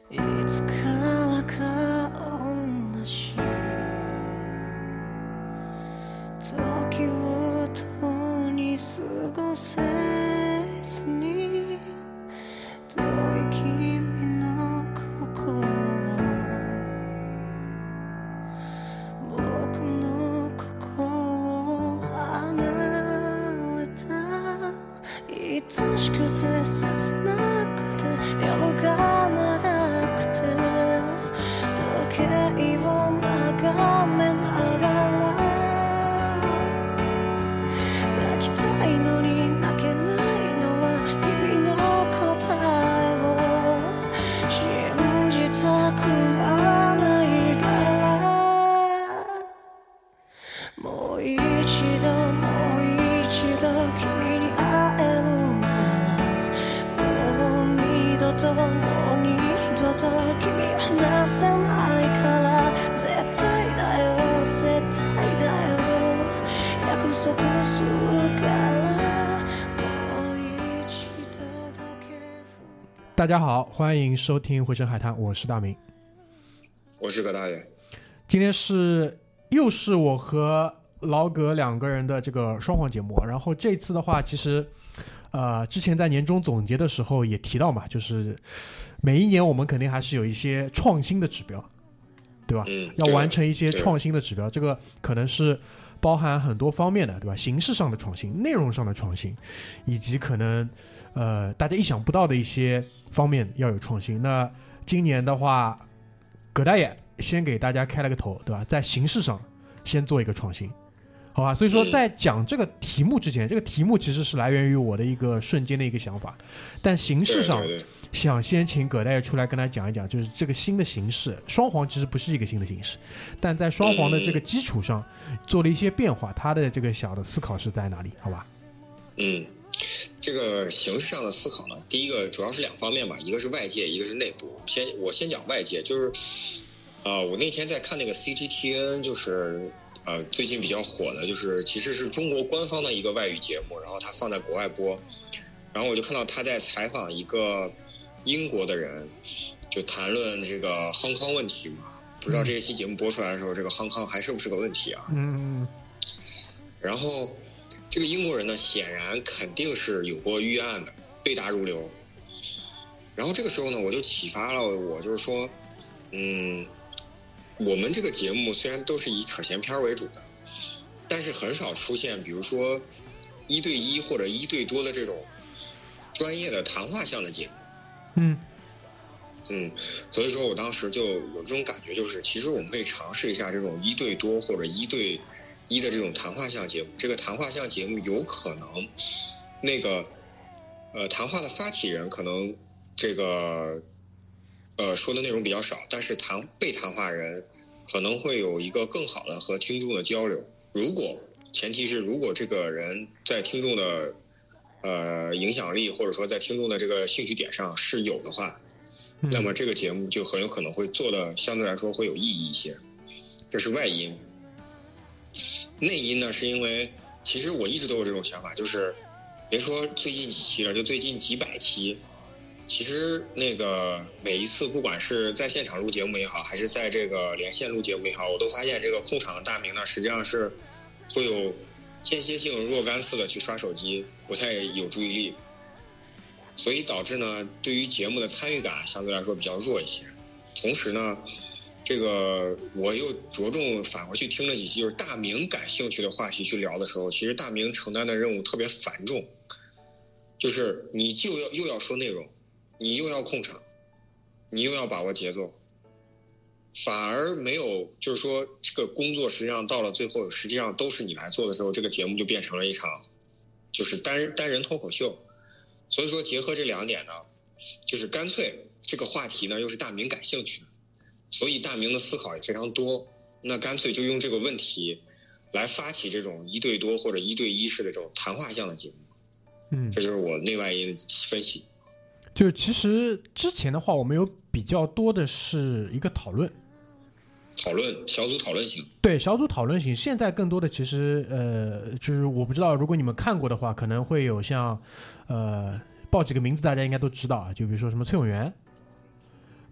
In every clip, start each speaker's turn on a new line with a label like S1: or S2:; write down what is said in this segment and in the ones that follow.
S1: いつからか同じ時を共に過ごせずに遠い君の心は僕の心を離れた愛しくて切なくて夜が長くて時計を眺めながら泣きたいのに泣けないのは君の答えを信じたくはないからもう一度もう一度君に会えるならもう二度ともう二度と君は離せないから絶対だよ絶対だよ約束するからもう一度だけ
S2: 大家好，欢迎收听回声海滩，我是大明，
S3: 我是葛大爷。
S2: 今天又是我和老葛两个人的这个双簧节目，然后这次的话，其实之前在年终总结的时候也提到嘛，就是每一年我们肯定还是有一些创新的指标，对吧？要完成一些创新的指标，这个可能是包含很多方面的，对吧？形式上的创新，内容上的创新，以及可能大家意想不到的一些方面要有创新。那今年的话，葛大爷先给大家开了个头，对吧？在形式上先做一个创新，好吧？所以说在讲这个题目之前，这个题目其实是来源于我的一个瞬间的一个想法，但形式上想先请葛大爷出来跟他讲一讲，就是这个新的形式，双簧其实不是一个新的形式，但在双簧的这个基础上做了一些变化，他的这个小的思考是在哪里？好吧？
S3: 这个形式上的思考呢，第一个主要是两方面吧，一个是外界，一个是内部。我先讲外界，就是我那天在看那个 CGTN， 就是最近比较火的，就是其实是中国官方的一个外语节目，然后它放在国外播，然后我就看到他在采访一个英国的人，就谈论这个夯康问题嘛。不知道这一期节目播出来的时候，这个夯康还是不是个问题啊？然后这个英国人呢，显然肯定是有过预案的，对答如流。然后这个时候呢，我就启发了我，就是说，我们这个节目虽然都是以扯闲篇为主的，但是很少出现比如说1对1或者1对多的这种专业的谈话项的节目。所以说我当时就有这种感觉，就是其实我们可以尝试一下这种1对多或者1对1的这种谈话项节目。这个谈话项节目有可能那个谈话的发起人可能这个说的内容比较少，但是被谈话人可能会有一个更好的和听众的交流。前提是如果这个人在听众的影响力或者说在听众的这个兴趣点上是有的话，那么这个节目就很有可能会做的相对来说会有意义一些。这是外因。内因呢，是因为其实我一直都有这种想法，就是别说最近几期了，就最近几百期，其实那个每一次不管是在现场录节目也好，还是在这个连线录节目也好，我都发现这个控场的大明呢，实际上是会有间歇性若干次的去刷手机，不太有注意力，所以导致呢对于节目的参与感相对来说比较弱一些。同时呢，这个我又着重返回去听了几期，就是大明感兴趣的话题去聊的时候，其实大明承担的任务特别繁重，就是你又要说内容，你又要控场，你又要把握节奏，反而没有就是说这个工作实际上到了最后实际上都是你来做的时候，这个节目就变成了一场就是单人脱口秀。所以说结合这两点呢，就是干脆这个话题呢又是大明感兴趣的，所以大明的思考也非常多，那干脆就用这个问题来发起这种1对多或者1对1式的这种谈话项的节目。这就是我内外因的分析。
S2: 就其实之前的话，我们有比较多的是一个讨论
S3: 小组讨论型，
S2: 对，小组讨论型。现在更多的其实就是我不知道，如果你们看过的话，可能会有像报几个名字大家应该都知道啊，就比如说什么崔永元，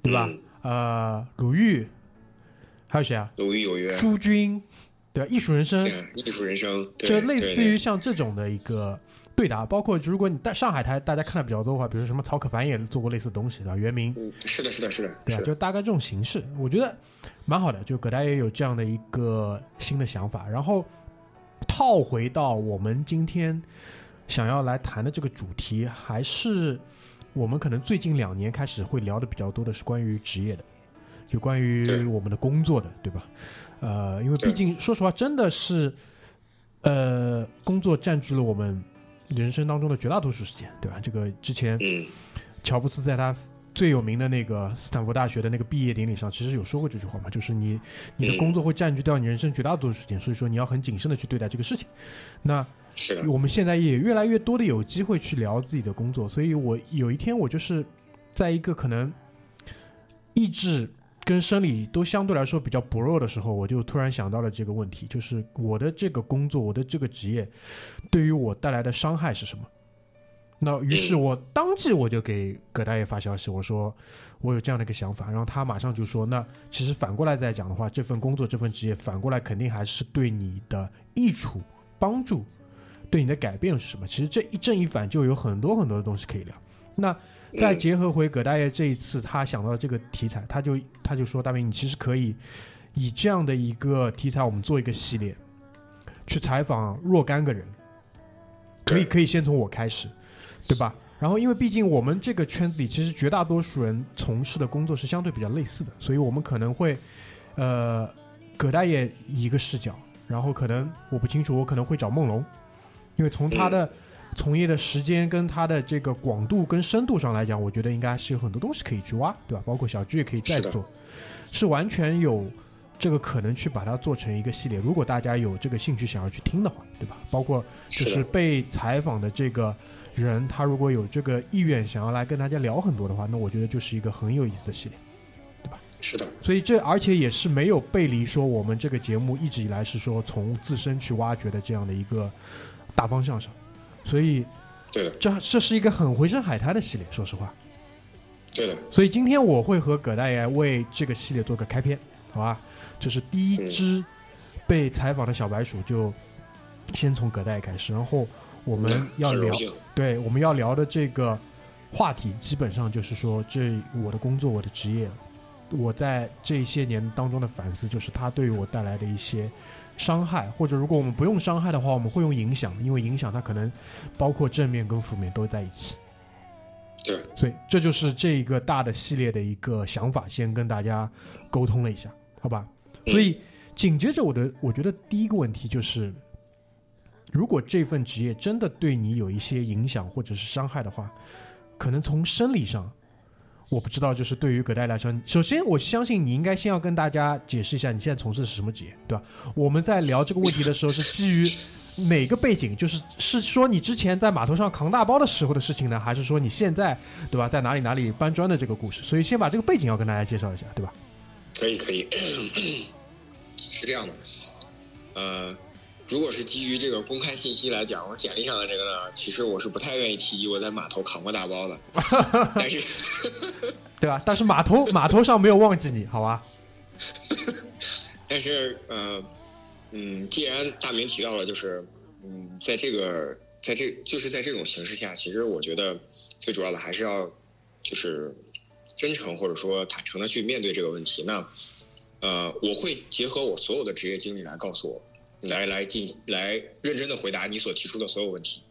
S2: 对吧？鲁豫，还有谁啊？
S3: 鲁豫有约，
S2: 朱军，对吧？艺术人生，
S3: 艺术人生，
S2: 就类似于像这种的一个对答，包括如果你在上海台大家看的比较多的话，比如什么曹可凡也做过类似的东西，对吧？袁明，
S3: 是的，
S2: 对啊，就大概这种形式，我觉得蛮好的。就葛大爷有这样的一个新的想法，然后套回到我们今天想要来谈的这个主题，还是我们可能最近2年开始会聊的比较多的是关于职业的，就关于我们的工作的，对吧？因为毕竟说实话，真的是工作占据了我们人生当中的绝大多数时间，对吧？这个之前乔布斯在他最有名的那个斯坦福大学的那个毕业典礼上，其实有说过这句话嘛，就是你的工作会占据掉你人生绝大多数时间，所以说你要很谨慎的去对待这个事情。那我们现在也越来越多的有机会去聊自己的工作，所以我有一天我就是在一个可能意志跟生理都相对来说比较薄弱的时候，我就突然想到了这个问题，就是我的这个工作，我的这个职业对于我带来的伤害是什么。那于是我当即我就给葛大爷发消息，我说我有这样的一个想法，然后他马上就说，那其实反过来再讲的话，这份工作这份职业反过来肯定还是对你的益处帮助，对你的改变是什么，其实这一正一反就有很多很多的东西可以聊。那再结合回葛大爷这一次他想到的这个题材，他就说，大明你其实可以以这样的一个题材，我们做一个系列去采访若干个人，可以先从我开始，对吧？然后因为毕竟我们这个圈子里其实绝大多数人从事的工作是相对比较类似的，所以我们可能会葛大爷一个视角，然后可能我不清楚，我可能会找梦龙，因为从他的从业的时间跟他的这个广度跟深度上来讲，我觉得应该是有很多东西可以去挖，对吧？包括小居也可以再做，是完全有这个可能去把它做成一个系列，如果大家有这个兴趣想要去听的话，对吧？包括就是被采访的这个人，他如果有这个意愿想要来跟大家聊很多的话，那我觉得就是一个很有意思的系列，对吧？
S3: 是的。
S2: 所以而且也是没有背离说我们这个节目一直以来是说从自身去挖掘的这样的一个大方向上，所以
S3: 对的，
S2: 这是一个很回声海滩的系列，说实话。
S3: 对的。
S2: 所以今天我会和葛大爷为这个系列做个开篇，好吧？就是第一只被采访的小白鼠，就先从葛大爷开始，然后我们要聊，对，我们要聊的这个话题，基本上就是说，我的工作，我的职业，我在这些年当中的反思，就是它对于我带来的一些伤害，或者如果我们不用伤害的话，我们会用影响，因为影响它可能包括正面跟负面都在一起。
S3: 对，
S2: 所以这就是这一个大的系列的一个想法，先跟大家沟通了一下，好吧？所以紧接着我觉得第一个问题就是，如果这份职业真的对你有一些影响或者是伤害的话，可能从生理上，我不知道，就是对于葛大爷来说，首先我相信你应该先要跟大家解释一下你现在从事的是什么职业，对吧？我们在聊这个问题的时候是基于哪个背景？是说你之前在码头上扛大包的时候的事情呢，还是说你现在，对吧，在哪里搬砖的这个故事？所以先把这个背景要跟大家介绍一下，对吧？
S3: 可以是这样的，如果是基于这个公开信息来讲，我简历上的这个呢，其实我是不太愿意提及我在码头扛过大包的，但是
S2: 对吧？但是码头上没有忘记你，好吧？
S3: 但是既然大明提到了，就是在这种形势下，其实我觉得最主要的还是要就是真诚或者说坦诚的去面对这个问题。那我会结合我所有的职业经历来告诉我，来认真的回答你所提出的所有问题。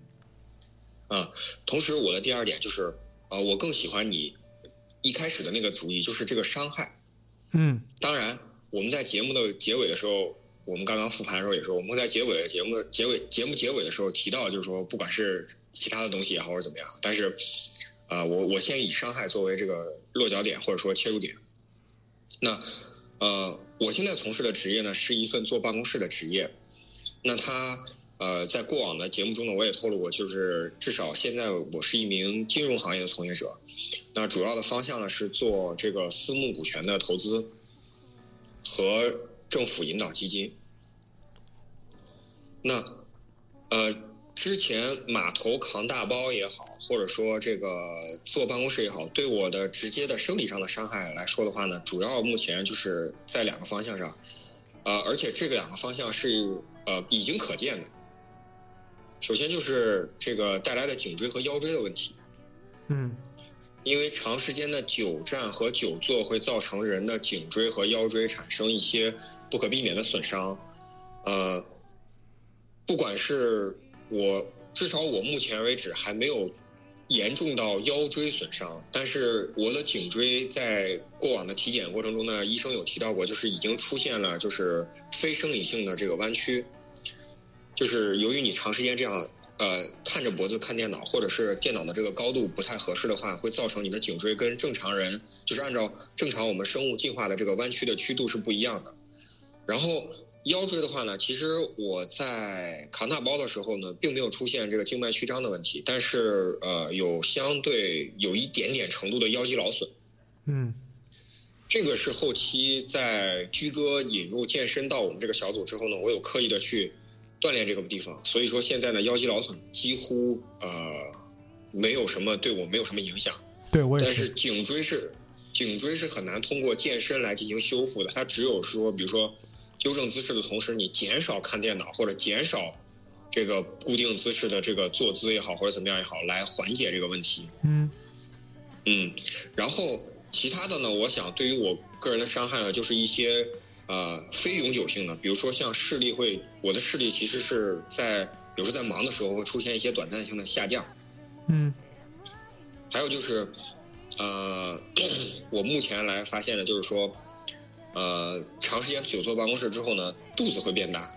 S3: 同时我的第二点就是我更喜欢你一开始的那个主意，就是这个伤害。当然我们在节目的结尾的时候，我们刚刚复盘的时候也说，我们会在节目结尾的时候提到，就是说不管是其他的东西也好或者怎么样，但是我先以伤害作为这个落脚点或者说切入点。那我现在从事的职业呢，是一份坐办公室的职业。那他在过往的节目中呢，我也透露过，就是至少现在我是一名金融行业的从业者。那主要的方向呢是做这个私募股权的投资和政府引导基金。那之前码头扛大包也好，或者说这个坐办公室也好，对我的直接的生理上的伤害来说的话呢，主要目前就是在2个方向上，而且这个2个方向是已经可见的。首先就是这个带来的颈椎和腰椎的问题，因为长时间的久站和久坐会造成人的颈椎和腰椎产生一些不可避免的损伤，不管是至少我目前为止还没有严重到腰椎损伤，但是我的颈椎在过往的体检过程中呢，医生有提到过，就是已经出现了就是非生理性的这个弯曲，就是由于你长时间这样探着脖子看电脑，或者是电脑的这个高度不太合适的话，会造成你的颈椎跟正常人就是按照正常我们生物进化的这个弯曲的曲度是不一样的。然后腰椎的话呢，其实我在扛大包的时候呢，并没有出现这个静脉曲张的问题，但是有相对有一点点程度的腰肌劳损。这个是后期在居哥引入健身到我们这个小组之后呢，我有刻意的去锻炼这个地方，所以说现在呢，腰肌劳损几乎没有什么对我没有什么影响。
S2: 对，我也是。
S3: 但是颈椎是很难通过健身来进行修复的，它只有说，比如说纠正姿势的同时，你减少看电脑或者减少这个固定姿势的这个坐姿也好，或者怎么样也好，来缓解这个问题。然后其他的呢，我想对于我个人的伤害呢，就是一些非永久性的，比如说像我的视力其实是比如说在忙的时候会出现一些短暂性的下降。还有就是我目前来发现的就是说长时间久坐办公室之后呢，肚子会变大。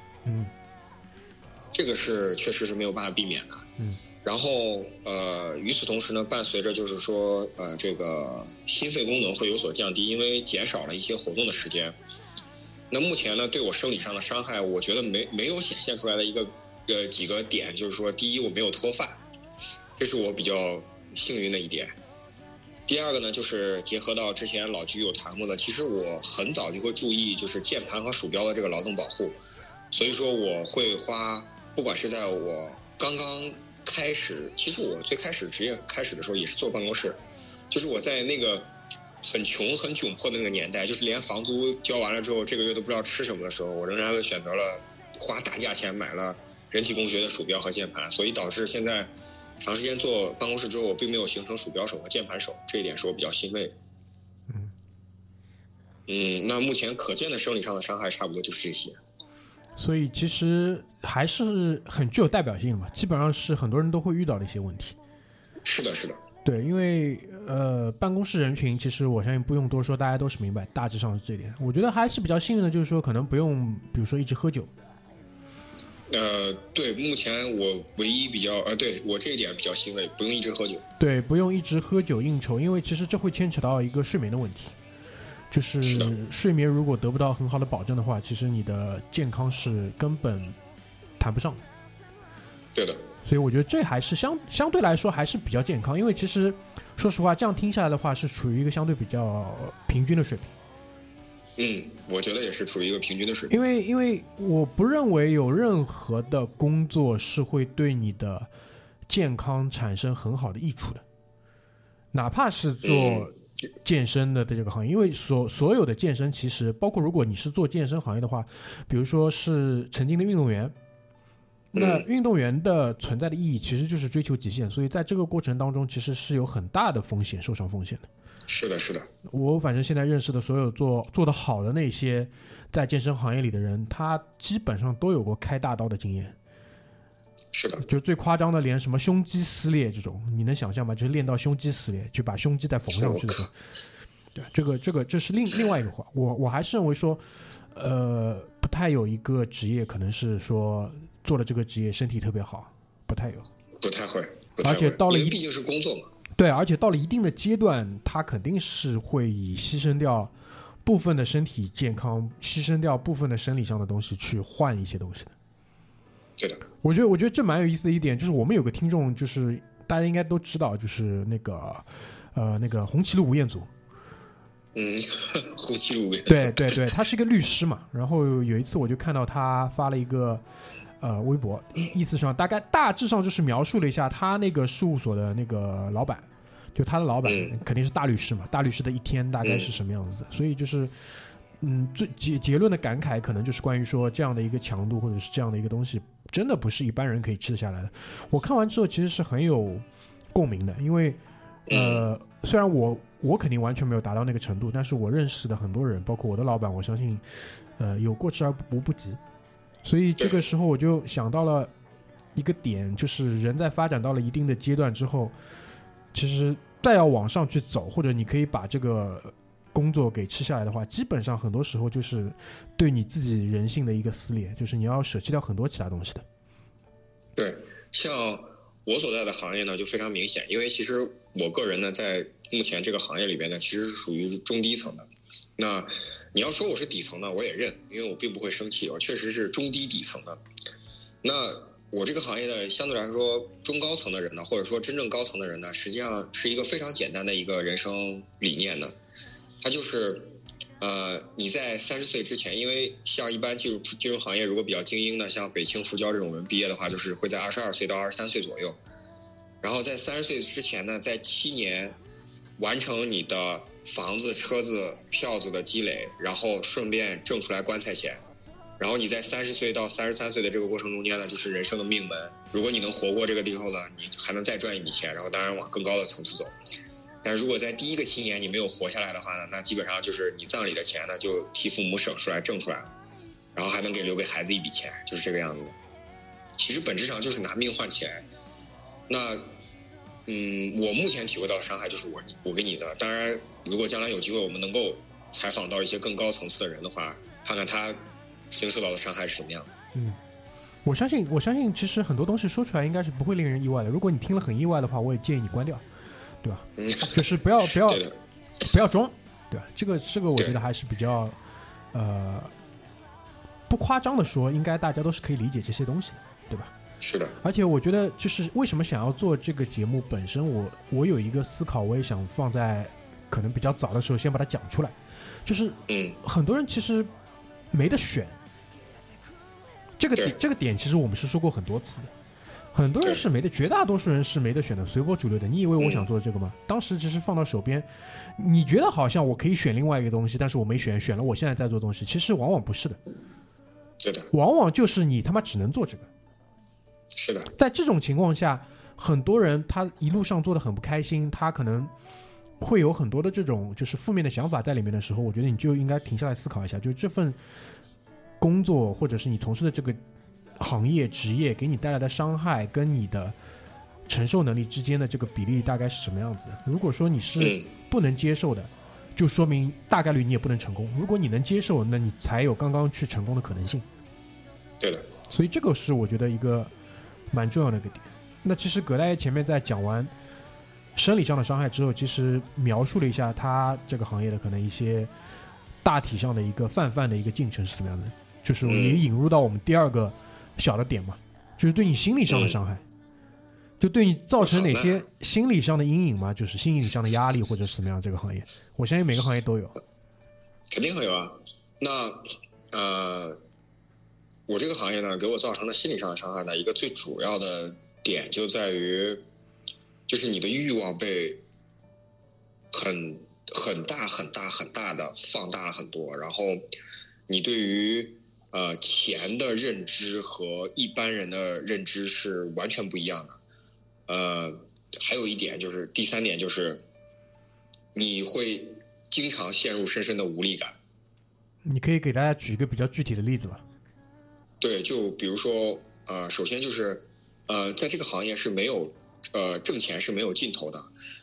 S3: 这个是确实是没有办法避免的。然后与此同时呢，伴随着就是说这个心肺功能会有所降低，因为减少了一些活动的时间。那目前呢，对我生理上的伤害，我觉得没有显现出来的几个点，就是说，第一，我没有脱发，这是我比较幸运的一点。第二个呢，就是结合到之前老居有谈过的，其实我很早就会注意就是键盘和鼠标的这个劳动保护，所以说我会不管是在我刚刚开始，其实我最开始职业开始的时候也是坐办公室，就是我在那个很穷很窘迫的那个年代，就是连房租交完了之后这个月都不知道吃什么的时候，我仍然会选择了花大价钱买了人体工学的鼠标和键盘，所以导致现在长时间坐办公室之后，我并没有形成鼠标手和键盘手，这一点是我比较欣慰的。那目前可见的生理上的伤害差不多就是这些。
S2: 所以其实还是很具有代表性的嘛，基本上是很多人都会遇到的一些问题。
S3: 是的。
S2: 对，因为办公室人群，其实我相信不用多说，大家都是明白，大致上是这点。我觉得还是比较幸运的，就是说可能不用，比如说一直喝酒。
S3: 对，目前我唯一比较对我这一点比较欣慰，不用一直喝酒。
S2: 对，不用一直喝酒应酬，因为其实这会牵扯到一个睡眠的问题，就是睡眠如果得不到很好的保证的话，其实你的健康是根本谈不上的。
S3: 对的。
S2: 所以我觉得这还是相对来说还是比较健康，因为其实说实话，这样听下来的话是处于一个相对比较平均的水
S3: 平。我觉得也是处于一个平均的水平。
S2: 因为我不认为有任何的工作是会对你的健康产生很好的益处的，哪怕是做健身的这个行业，因为所有的健身其实包括如果你是做健身行业的话，比如说是曾经的运动员。那运动员的存在的意义其实就是追求极限，所以在这个过程当中其实是有很大的风险，受伤风险的。
S3: 是的。
S2: 我反正现在认识的所有做得好的那些在健身行业里的人，他基本上都有过开大刀的经验。
S3: 是的。
S2: 就最夸张的连什么胸肌撕裂这种，你能想象吗？就是练到胸肌撕裂，就把胸肌再缝上去的。对，这是另外一个话。我还是认为说，不太有一个职业可能是说做了这个职业身体特别好，不太会，而且到了
S3: 毕竟是工作嘛。
S2: 对，而且到了一定的阶段，他肯定是会以牺牲掉部分的身体健康，牺牲掉部分的生理上的东西去换一些东西的。
S3: 对的。
S2: 我觉得这蛮有意思的一点，就是我们有个听众，就是大家应该都知道，就是那个红旗路吴彦祖。
S3: 红旗路吴彦祖。
S2: 对，他是一个律师嘛。然后有一次我就看到他发了一个微博，意思上大致上就是描述了一下他那个事务所的那个老板，就他的老板肯定是大律师嘛，大律师的一天大概是什么样子的，所以就是最结论的感慨可能就是关于说这样的一个强度或者是这样的一个东西真的不是一般人可以吃得下来的。我看完之后其实是很有共鸣的，因为虽然我肯定完全没有达到那个程度，但是我认识的很多人包括我的老板，我相信有过之而无不及。所以这个时候我就想到了一个点，就是人在发展到了一定的阶段之后，其实再要往上去走，或者你可以把这个工作给吃下来的话，基本上很多时候就是对你自己人性的一个撕裂，就是你要舍弃掉很多其他东西的。
S3: 对，像我所在的行业呢就非常明显，因为其实我个人呢在目前这个行业里边呢其实是属于中低层的。那你要说我是底层呢，我也认，因为我并不会生气，我确实是中低底层的。那我这个行业呢相对来说中高层的人呢，或者说真正高层的人呢，实际上是一个非常简单的一个人生理念呢，它就是你在30岁之前，因为像一般进入金融行业如果比较精英的，像北清复交这种人毕业的话，就是会在22岁到23岁左右，然后在30岁之前呢，在7年完成你的房子车子票子的积累，然后顺便挣出来棺材钱，然后你在30岁到33岁的这个过程中间呢，就是人生的命门，如果你能活过这个地方呢，你还能再赚一笔钱，然后当然往更高的层次走。但如果在第一个7年你没有活下来的话呢，那基本上就是你葬礼的钱呢就替父母省出来挣出来了，然后还能留给孩子一笔钱，就是这个样子的。其实本质上就是拿命换钱。那我目前体会到的伤害就是我给你的，当然如果将来有机会我们能够采访到一些更高层次的人的话，看看他经受到的伤害是什么样的。
S2: 我相信其实很多东西说出来应该是不会令人意外的，如果你听了很意外的话，我也建议你关掉，对吧？就是不要装，对吧？这个我觉得还是比较不夸张的说，应该大家都是可以理解这些东西的，对吧？
S3: 是的。
S2: 而且我觉得就是为什么想要做这个节目本身，我有一个思考，我也想放在可能比较早的时候先把它讲出来，就是很多人其实没得选，这个点其实我们是说过很多次的，很多人是没得，绝大多数人是没得选的，随波逐流的。你以为我想做这个吗？当时只是放到手边，你觉得好像我可以选另外一个东西，但是我没选了我现在在做东西，其实往往不是的，
S3: 对的，
S2: 往往就是你他妈只能做这个。
S3: 是的，
S2: 在这种情况下，很多人他一路上做得很不开心，他可能会有很多的这种就是负面的想法在里面的时候，我觉得你就应该停下来思考一下，就是这份工作或者是你从事的这个行业职业给你带来的伤害跟你的承受能力之间的这个比例大概是什么样子的。如果说你是不能接受的，就说明大概率你也不能成功，如果你能接受，那你才有刚刚去成功的可能性。
S3: 对的，
S2: 所以这个是我觉得一个蛮重要的一个点。那其实葛大爷前面在讲完生理上的伤害之后，其实描述了一下他这个行业的可能一些大体上的一个泛的一个进程是怎么样的，就是也引入到我们第二个小的点嘛，就是对你心理上的伤害，就对你造成哪些心理上的阴影嘛，就是心理上的压力或者是怎么样。这个行业我相信每个行业都有，
S3: 肯定会有啊。那我这个行业呢给我造成的心理上的伤害呢，一个最主要的点就在于，就是你的欲望被很大的放大了很多，然后你对于钱的认知和一般人的认知是完全不一样的。还有一点就是第三点就是你会经常陷入深深的无力感。
S2: 你可以给大家举一个比较具体的例子吧？对，
S3: 就比如说首先就是在这个行业是没有挣钱是没有尽头的。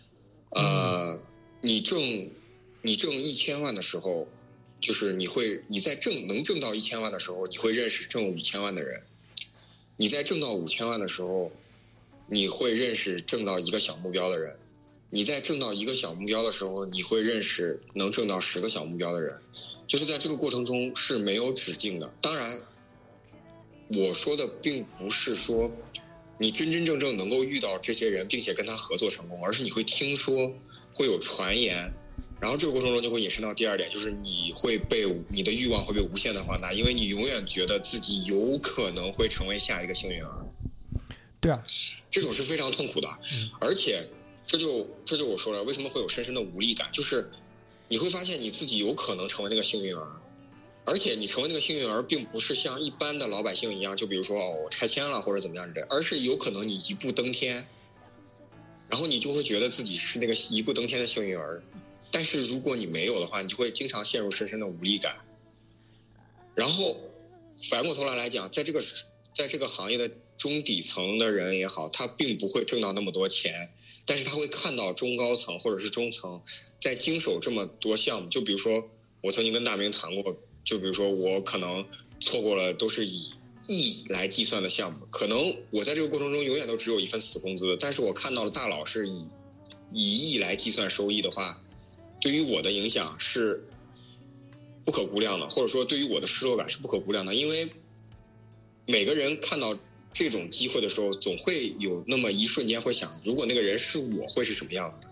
S3: 你挣1000万的时候，就是你在能挣到1000万的时候，你会认识挣5000万的人；你在挣到5000万的时候，你会认识挣到一个小目标的人；你在挣到一个小目标的时候，你会认识能挣到10个小目标的人。就是在这个过程中是没有止境的。当然，我说的并不是说你真正能够遇到这些人并且跟他合作成功，而是你会听说会有传言， 然后这个过程中就会引申到第二点，就是你的欲望会被无限的放大，因为你永远觉得自己有可能会成为下一个幸运儿。
S2: 对啊，
S3: 这种是非常痛苦的，而且这就我说了，为什么会有深深的无力感，就是你会发现你自己有可能成为那个幸运儿，而且你成为那个幸运儿并不是像一般的老百姓一样，就比如说我拆迁了或者怎么样之类的，而是有可能你一步登天，然后你就会觉得自己是那个一步登天的幸运儿。但是如果你没有的话，你就会经常陷入深深的无力感。然后反过头来讲，在这个行业的中底层的人也好，他并不会挣到那么多钱，但是他会看到中高层或者是中层在经手这么多项目。就比如说我曾经跟大明谈过，就比如说我可能错过了都是以亿来计算的项目，可能我在这个过程中永远都只有一份死工资，但是我看到了大佬是以亿来计算收益的话，对于我的影响是不可估量的，或者说对于我的失落感是不可估量的。因为每个人看到这种机会的时候，总会有那么一瞬间会想，如果那个人是我，会是什么样的。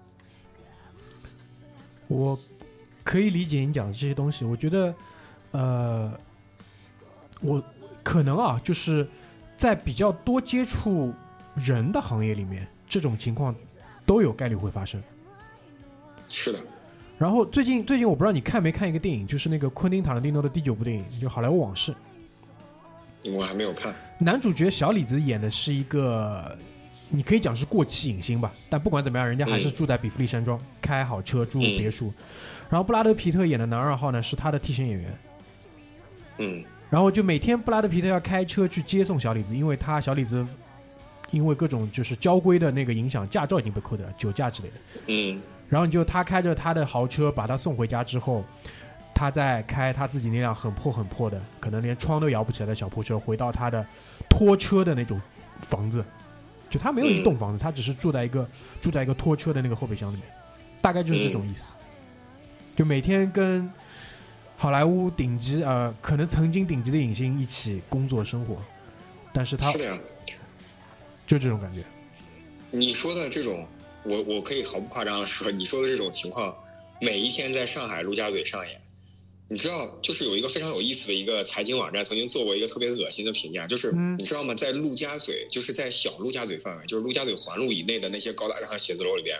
S2: 我可以理解你讲的这些东西，我觉得我可能啊，就是在比较多接触人的行业里面，这种情况都有概率会发生。
S3: 是的。
S2: 然后最近我不知道你看没看一个电影，就是那个昆汀塔伦蒂诺的第9部电影，就《好莱坞往事》。
S3: 我还没有看。
S2: 男主角小李子演的是一个，你可以讲是过气影星吧，但不管怎么样，人家还是住在比弗利山庄，开好车，住别墅。然后布拉德皮特演的男2号呢，是他的替身演员。然后就每天布拉德皮特要开车去接送小李子，因为小李子因为各种就是交规的那个影响，驾照已经被扣掉了，酒驾之类的。然后他开着他的豪车把他送回家之后，他再开他自己那辆很破的，可能连窗都摇不起来的小破车，回到他的拖车的那种房子。就他没有一栋房子，他只是住在一个拖车的那个后备箱里面，大概就是这种意思。就每天跟好莱坞顶级可能曾经顶级的影星一起工作生活，但是他
S3: 是的呀，
S2: 就这种感觉。
S3: 你说的这种，我可以毫不夸张的说，你说的这种情况，每一天在上海陆家嘴上演。你知道，就是有一个非常有意思的一个财经网站曾经做过一个特别恶心的评价，就是你知道吗？在陆家嘴，就是在小陆家嘴范围，就是陆家嘴环路以内的那些高大上写字楼里边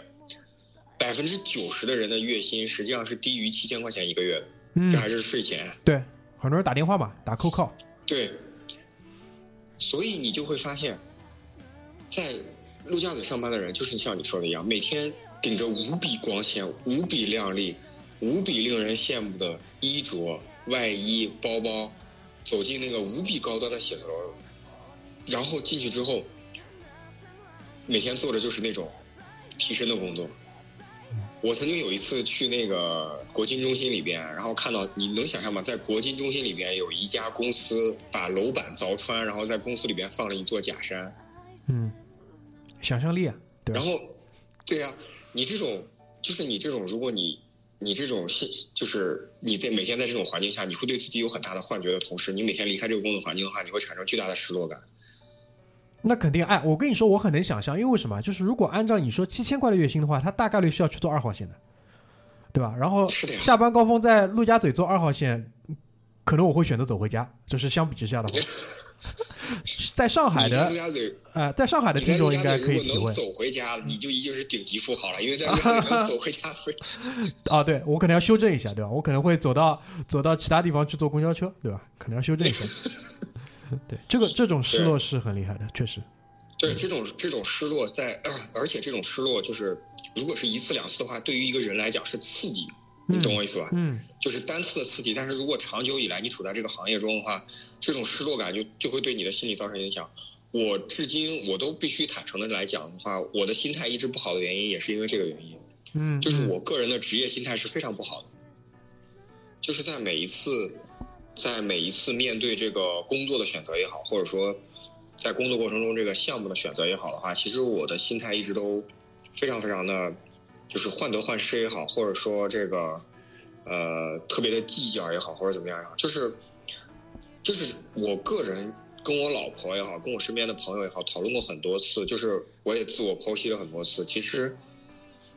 S3: ，90%的人的月薪实际上是低于7000块钱一个月的，这还是税前。
S2: 对，很多人打电话嘛，打扣靠。
S3: 对，所以你就会发现，在陆家嘴上班的人，就是像你说的一样，每天顶着无比光鲜、无比亮丽、无比令人羡慕的衣着、外衣、包包，走进那个无比高端的写字楼，然后进去之后，每天做的就是那种替身的工作。我曾经有一次去那个国金中心里边，然后看到，你能想象吗？在国金中心里边有一家公司把楼板凿穿，然后在公司里边放了一座假山。
S2: 想象力啊，对。
S3: 然后，对啊，你这种，如果你这种就是你在每天在这种环境下，你会对自己有很大的幻觉的同时，你每天离开这个工作环境的话，你会产生巨大的失落感。
S2: 那肯定，我跟你说，我很能想象，因为为什么？就是如果按照你说7000块的月薪的话，他大概率是要去做2号线的，对吧？然后下班高峰在陆家嘴做2号线，可能我会选择走回家，就是相比之下的话。在上海的在上海的听众应该可以体会。
S3: 如果能走回家，你就已经是顶级富豪了，因为在陆家嘴能走回家。
S2: 对，我可能要修正一下，对吧？我可能会走到其他地方去坐公交车，对吧？可能要修正一下。对，这种失落是很厉害的，确实。
S3: 对，这种失落而且这种失落就是，如果是1次2次的话，对于一个人来讲是刺激。你懂我意思吧？就是单次的刺激，但是如果长久以来你处在这个行业中的话，这种失落感就会对你的心理造成影响。我至今我都必须坦诚的来讲的话，我的心态一直不好的原因也是因为这个原因。就是我个人的职业心态是非常不好的，就是在每一次面对这个工作的选择也好，或者说在工作过程中这个项目的选择也好的话，其实我的心态一直都非常非常的。就是患得患失也好，或者说这个特别的计较也好，或者怎么样也好，就是我个人跟我老婆也好，跟我身边的朋友也好，讨论过很多次，就是我也自我剖析了很多次。其实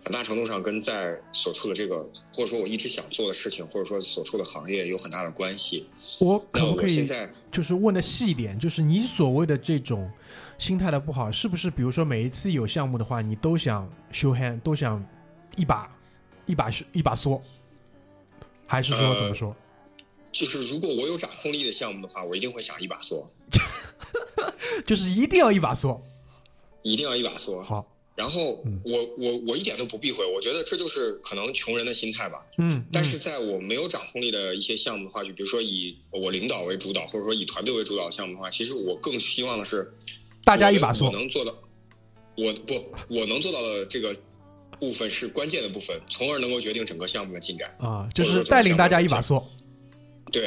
S3: 很大程度上跟在所处的这个，或者说我一直想做的事情，或者说所处的行业有很大的关系。
S2: 我可不可以
S3: 现在
S2: 就是问的细一点，就是你所谓的这种心态的不好，是不是比如说每一次有项目的话，你都想show hand，都想一把缩，还是说怎么说？
S3: 就是如果我有掌控力的项目的话，我一定会想一把缩，
S2: 就是一定要一把缩，
S3: 一定要一把缩。
S2: 好。
S3: 然后我一点都不避讳，我觉得这就是可能穷人的心态吧。但是在我没有掌控力的一些项目的话，就比如说以我领导为主导，或者说以团队为主导的项目的话，其实我更希望的是
S2: 大家一把缩。
S3: 我能做到，我能做到的这个部分是关键的部分，从而能够决定整个项目的进展
S2: 啊，就是带领大家一把缩。
S3: 对。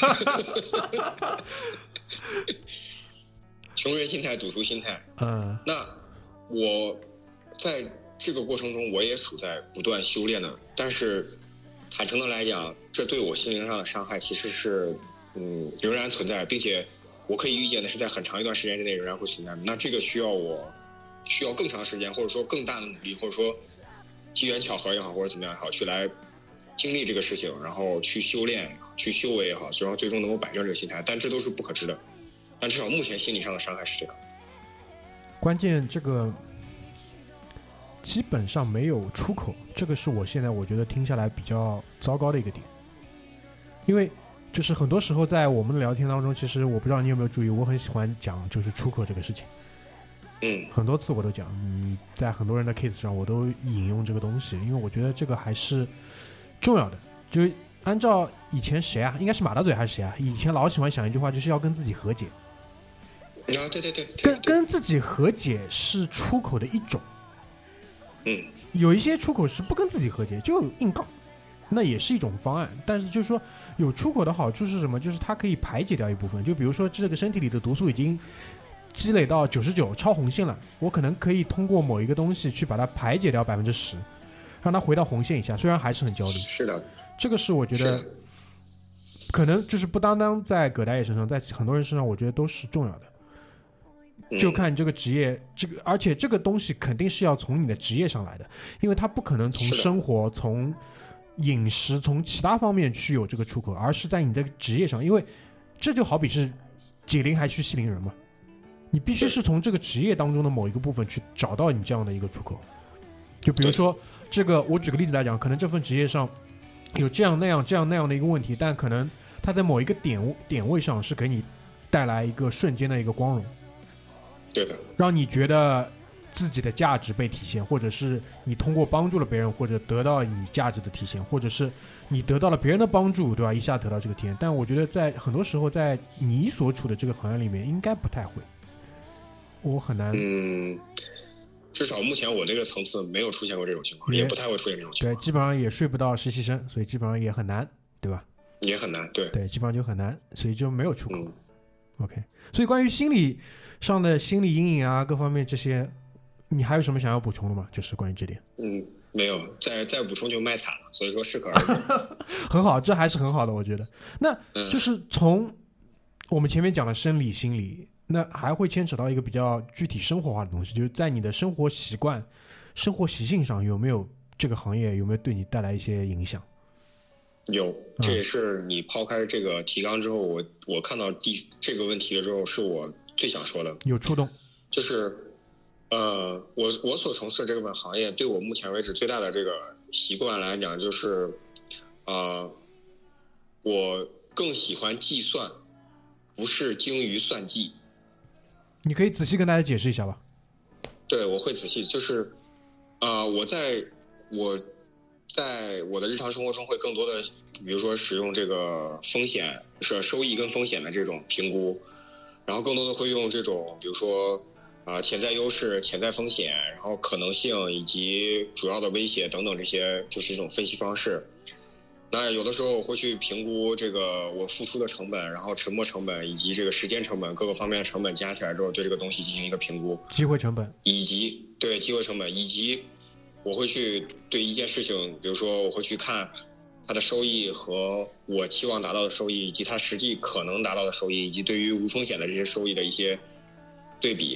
S3: 穷人心态，赌徒心态。那我在这个过程中，我也处在不断修炼的，但是坦诚的来讲，这对我心灵上的伤害其实是仍然存在，并且我可以预见的是，在很长一段时间之内仍然会存在的。那这个需要更长时间，或者说更大的努力，或者说机缘巧合也好，或者怎么样也好，去来经历这个事情，然后去修炼、去修为也好，然后最终能够摆正这个心态。但这都是不可知的。但至少目前心理上的伤害是这个。
S2: 关键这个基本上没有出口，这个是我现在我觉得听下来比较糟糕的一个点。因为就是很多时候在我们的聊天当中，其实我不知道你有没有注意，我很喜欢讲就是出口这个事情。很多次我都讲，在很多人的 case 上我都引用这个东西，因为我觉得这个还是重要的。就按照以前谁啊，应该是马大嘴还是谁啊，以前老喜欢想一句话，就是要跟自己和解。
S3: 对，
S2: 跟自己和解是出口的一种。有一些出口是不跟自己和解，就硬杠，那也是一种方案。但是就是说，有出口的好处是什么？就是它可以排解掉一部分。就比如说这个身体里的毒素已经积累到99，超红线了，我可能可以通过某一个东西去把它排解掉10%，让它回到红线以下，虽然还是很焦虑。
S3: 是的，
S2: 这个是我觉得可能就是不单单在葛大爷身上，在很多人身上，我觉得都是重要的。就看你这个职业，而且这个东西肯定是要从你的职业上来的，因为它不可能从生活、从饮食、从其他方面去有这个出口，而是在你的职业上。因为这就好比是解铃还须系铃人嘛，你必须是从这个职业当中的某一个部分去找到你这样的一个出口。就比如说这个，我举个例子来讲，可能这份职业上有这样那样的一个问题，但可能它在某一个点位上是给你带来一个瞬间的一个光荣。
S3: 对的，
S2: 让你觉得自己的价值被体现，或者是你通过帮助了别人，或者得到你价值的体现，或者是你得到了别人的帮助，对吧？一下得到这个体验。但我觉得在很多时候，在你所处的这个行业里面，应该不太会。我很难，
S3: 至少目前我这个层次没有出现过这种情况，也不太会出现这种情况。
S2: 对，基本上也睡不到实习生，所以基本上也很难，对吧？
S3: 也很难，对，
S2: 基本上就很难，所以就没有出口。OK， 所以关于心理上的心理阴影啊，各方面这些，你还有什么想要补充的吗？就是关于这点。
S3: 没有，再补充就卖惨了，所以说适可而止。
S2: 很好，这还是很好的，我觉得。那就是从我们前面讲的生理、心理，那还会牵扯到一个比较具体生活化的东西，就是在你的生活习惯、生活习性上，有没有这个行业有没有对你带来一些影响？
S3: 有，这也是你抛开这个提纲之后，我看到这个问题的时候，是我最想说的。
S2: 有触动，
S3: 就是我所从事的这个行业，对我目前为止最大的这个习惯来讲，就是我更喜欢计算，不是精于算计。
S2: 你可以仔细跟大家解释一下吧。
S3: 对，我会仔细，就是我在我的日常生活中会更多的，比如说使用这个风险是收益跟风险的这种评估，然后更多的会用这种比如说潜在优势、潜在风险，然后可能性以及主要的威胁等等，这些就是一种分析方式。那有的时候我会去评估这个我付出的成本，然后沉没成本以及这个时间成本各个方面的成本加起来之后，对这个东西进行一个评估，
S2: 机会成本
S3: 以及对机会成本，以及我会去对一件事情，比如说我会去看它的收益和我期望达到的收益，以及它实际可能达到的收益，以及对于无风险的这些收益的一些对比。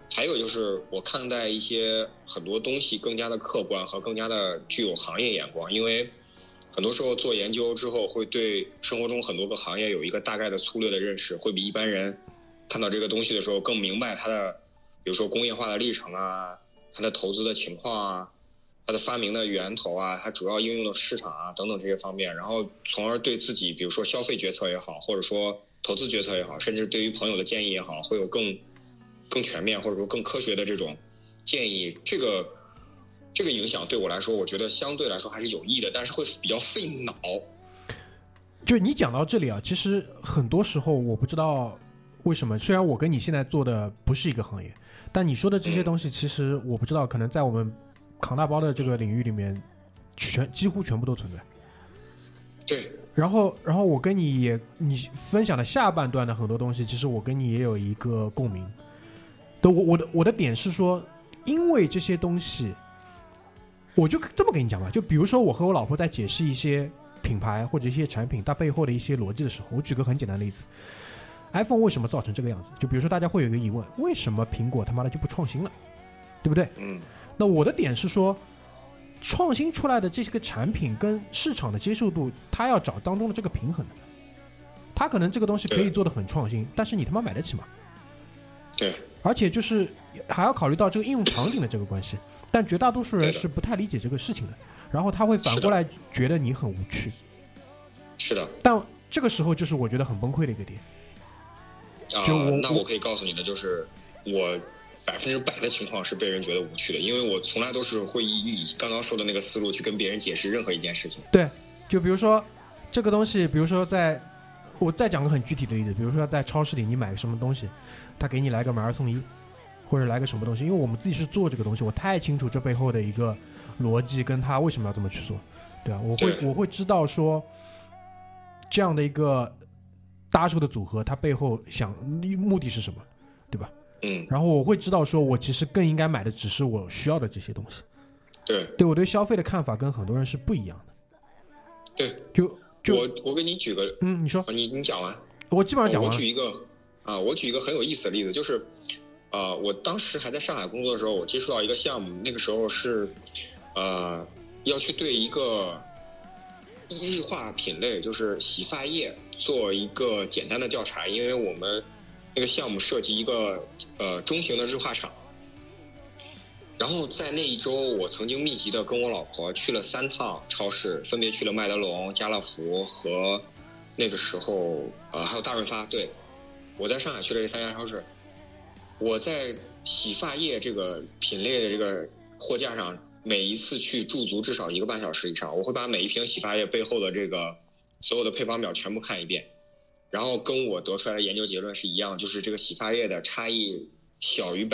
S3: 还有就是我看待一些很多东西更加的客观和更加的具有行业眼光，因为很多时候做研究之后会对生活中很多个行业有一个大概的粗略的认识，会比一般人看到这个东西的时候更明白它的比如说工业化的历程啊，它的投资的情况啊，它的发明的源头啊，它主要应用的市场啊等等这些方面，然后从而对自己比如说消费决策也好，或者说投资决策也好，甚至对于朋友的建议也好，会有更全面或者说更科学的这种建议。这个影响对我来说，我觉得相对来说还是有益的，但是会比较费脑。
S2: 就是你讲到这里啊，其实很多时候我不知道为什么，虽然我跟你现在做的不是一个行业，但你说的这些东西，其实我不知道，可能在我们扛大包的这个领域里面，几乎全部都存在。
S3: 对。
S2: 然后我跟你分享的下半段的很多东西，其实我跟你也有一个共鸣。我的点是说，因为这些东西，我就这么跟你讲吧，就比如说我和我老婆在解释一些品牌或者一些产品它背后的一些逻辑的时候，我举个很简单的例子。iPhone 为什么造成这个样子？就比如说大家会有一个疑问，为什么苹果他妈的就不创新了，对不对？那我的点是说，创新出来的这些个产品跟市场的接受度，它要找当中的这个平衡的。它可能这个东西可以做得很创新，但是你他妈买得起吗？
S3: 对。
S2: 而且就是还要考虑到这个应用场景的这个关系，但绝大多数人是不太理解这个事情的，然后他会反过来觉得你很无趣。
S3: 是的。
S2: 但这个时候就是我觉得很崩溃的一个点。
S3: 那我可以告诉你的就是，我100%的情况是被人觉得无趣的，因为我从来都是会以你刚刚说的那个思路去跟别人解释任何一件事情。
S2: 对，就比如说这个东西，比如说我再讲个很具体的例子，比如说在超市里你买个什么东西，他给你来个买2送1，或者来个什么东西，因为我们自己是做这个东西，我太清楚这背后的一个逻辑跟他为什么要这么去做，对吧？我会知道说这样的一个搭售的组合，它背后目的是什么，对吧？然后我会知道说我其实更应该买的只是我需要的这些东西。对，我对消费的看法跟很多人是不一样的。
S3: 对，我给你举个，
S2: 你说，
S3: 你讲完，
S2: 我基本上讲完了。
S3: 我举一个很有意思的例子，就是我当时还在上海工作的时候，我接触到一个项目，那个时候是要去对一个日化品类，就是洗发液做一个简单的调查，因为我们那个项目涉及一个中型的日化厂。然后在那一周，我曾经密集的跟我老婆去了3趟超市，分别去了麦德龙、家乐福和那个时候还有大润发。对，我在上海去了这3家超市。我在洗发液这个品类的这个货架上，每一次去驻足至少1个半小时以上，我会把每一瓶洗发液背后的这个所有的配方表全部看一遍，然后跟我得出来的研究结论是一样，就是这个洗发液的差异小于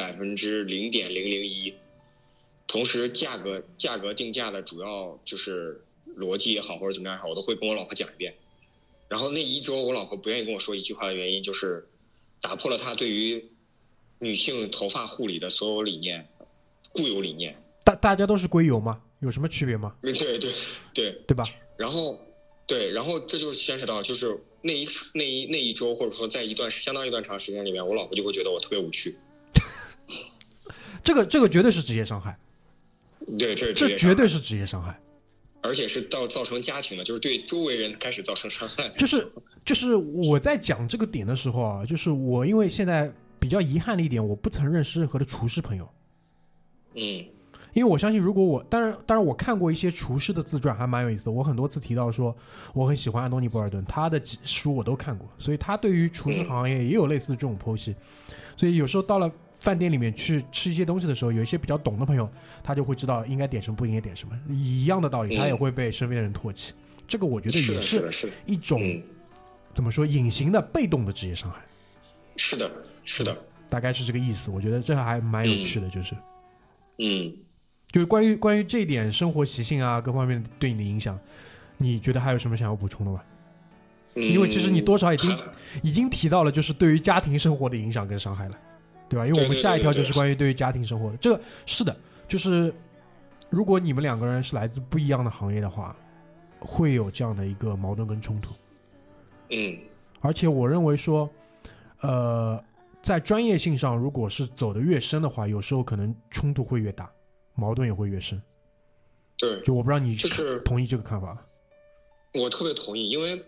S3: 0.001%。同时价格定价的主要就是逻辑也好或者怎么样也好，我都会跟我老婆讲一遍。然后那一周我老婆不愿意跟我说一句话的原因，就是打破了她对于女性头发护理的所有理念，固有理念。
S2: 大家都是硅油吗？有什么区别吗？
S3: 对
S2: 吧？
S3: 然后这就牵扯到就是那一周，或者说在相当一段长时间里面，我老婆就会觉得我特别无趣。
S2: 这个绝对是职业伤害。
S3: 对，这
S2: 绝对是职业伤害，
S3: 而且是造成家庭的，就是对周围人开始造成伤害。
S2: 就是我在讲这个点的时候啊，就是我因为现在比较遗憾的一点，我不曾认识任何的厨师朋友。因为我相信，如果我当然我看过一些厨师的自传，还蛮有意思的。我很多次提到说，我很喜欢安东尼·博尔顿，他的书我都看过，所以他对于厨师行业也有类似这种剖析。所以有时候到了饭店里面去吃一些东西的时候，有一些比较懂的朋友，他就会知道应该点什么，不应该点什么。一样的道理，他也会被身边的人唾弃。这个我觉得也是一种怎么说隐形的、被动的职业伤害。
S3: 是的，
S2: 大概是这个意思。我觉得这还蛮有趣的，就是就是关于这一点生活习性啊各方面对你的影响，你觉得还有什么想要补充的吗？因为其实你多少已经提到了，就是对于家庭生活的影响跟伤害了，对吧？因为我们下一条就是关于对于家庭生活的。这个是的，就是如果你们2个人是来自不一样的行业的话，会有这样的一个矛盾跟冲突。而且我认为说， 在专业性上，如果是走得越深的话，有时候可能冲突会越大，矛盾也会越深。
S3: 对，
S2: 就我不知道你
S3: 就是
S2: 同意这个看法。
S3: 我特别同意，因为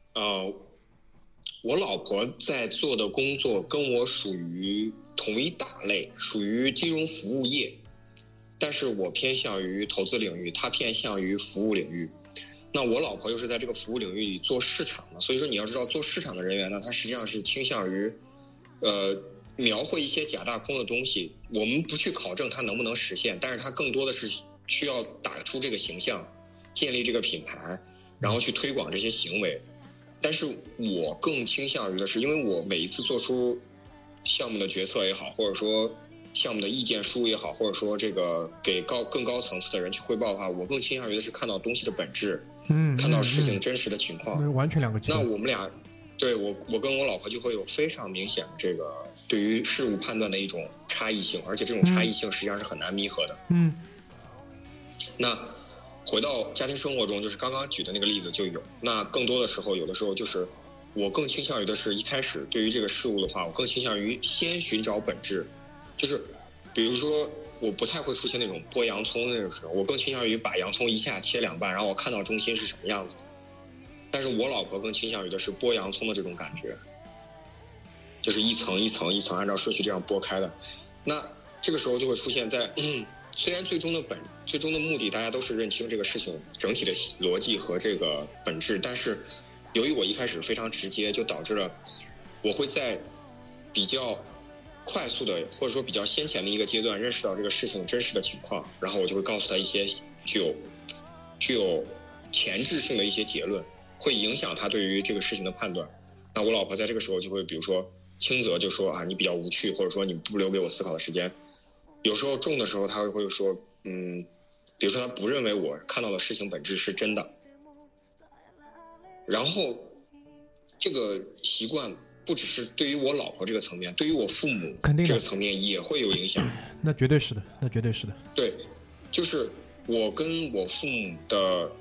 S3: 我老婆在做的工作跟我属于同一大类，属于金融服务业，但是我偏向于投资领域，她偏向于服务领域。那我老婆又是在这个服务领域里做市场的，所以说你要知道，做市场的人员呢，他实际上是倾向于描绘一些假大空的东西，我们不去考证它能不能实现，但是它更多的是需要打出这个形象，建立这个品牌，然后去推广这些行为。但是我更倾向于的是，因为我每一次做出项目的决策也好，或者说项目的意见书也好，或者说这个给更高层次的人去汇报的话，我更倾向于的是看到东西的本质，看到事情真实的情况，
S2: 完全两个极端。
S3: 那我们俩，对我跟我老婆就会有非常明显的这个对于事物判断的一种差异性，而且这种差异性实际上是很难弥合的。那回到家庭生活中，就是刚刚举的那个例子就有。那更多的时候，有的时候就是我更倾向于的是一开始对于这个事物的话，我更倾向于先寻找本质，就是比如说我不太会出现那种剥洋葱的那种时候，我更倾向于把洋葱一下切两半，然后我看到中心是什么样子的。但是我老婆更倾向于的是剥洋葱的这种感觉，就是一层一层一层按照顺序这样剥开的。那这个时候就会出现在虽然最终的目的大家都是认清这个事情整体的逻辑和这个本质，但是由于我一开始非常直接，就导致了我会在比较快速的或者说比较先前的一个阶段认识到这个事情真实的情况，然后我就会告诉他一些具有前置性的一些结论，会影响他对于这个事情的判断。那我老婆在这个时候就会比如说轻则就说你比较无趣，或者说你不留给我思考的时间。有时候重的时候他会说比如说他不认为我看到的事情本质是真的。然后这个习惯不只是对于我老婆这个层面，对于我父母这个层面也会有影响。
S2: 那绝对是的。
S3: 对，就是我跟我父母的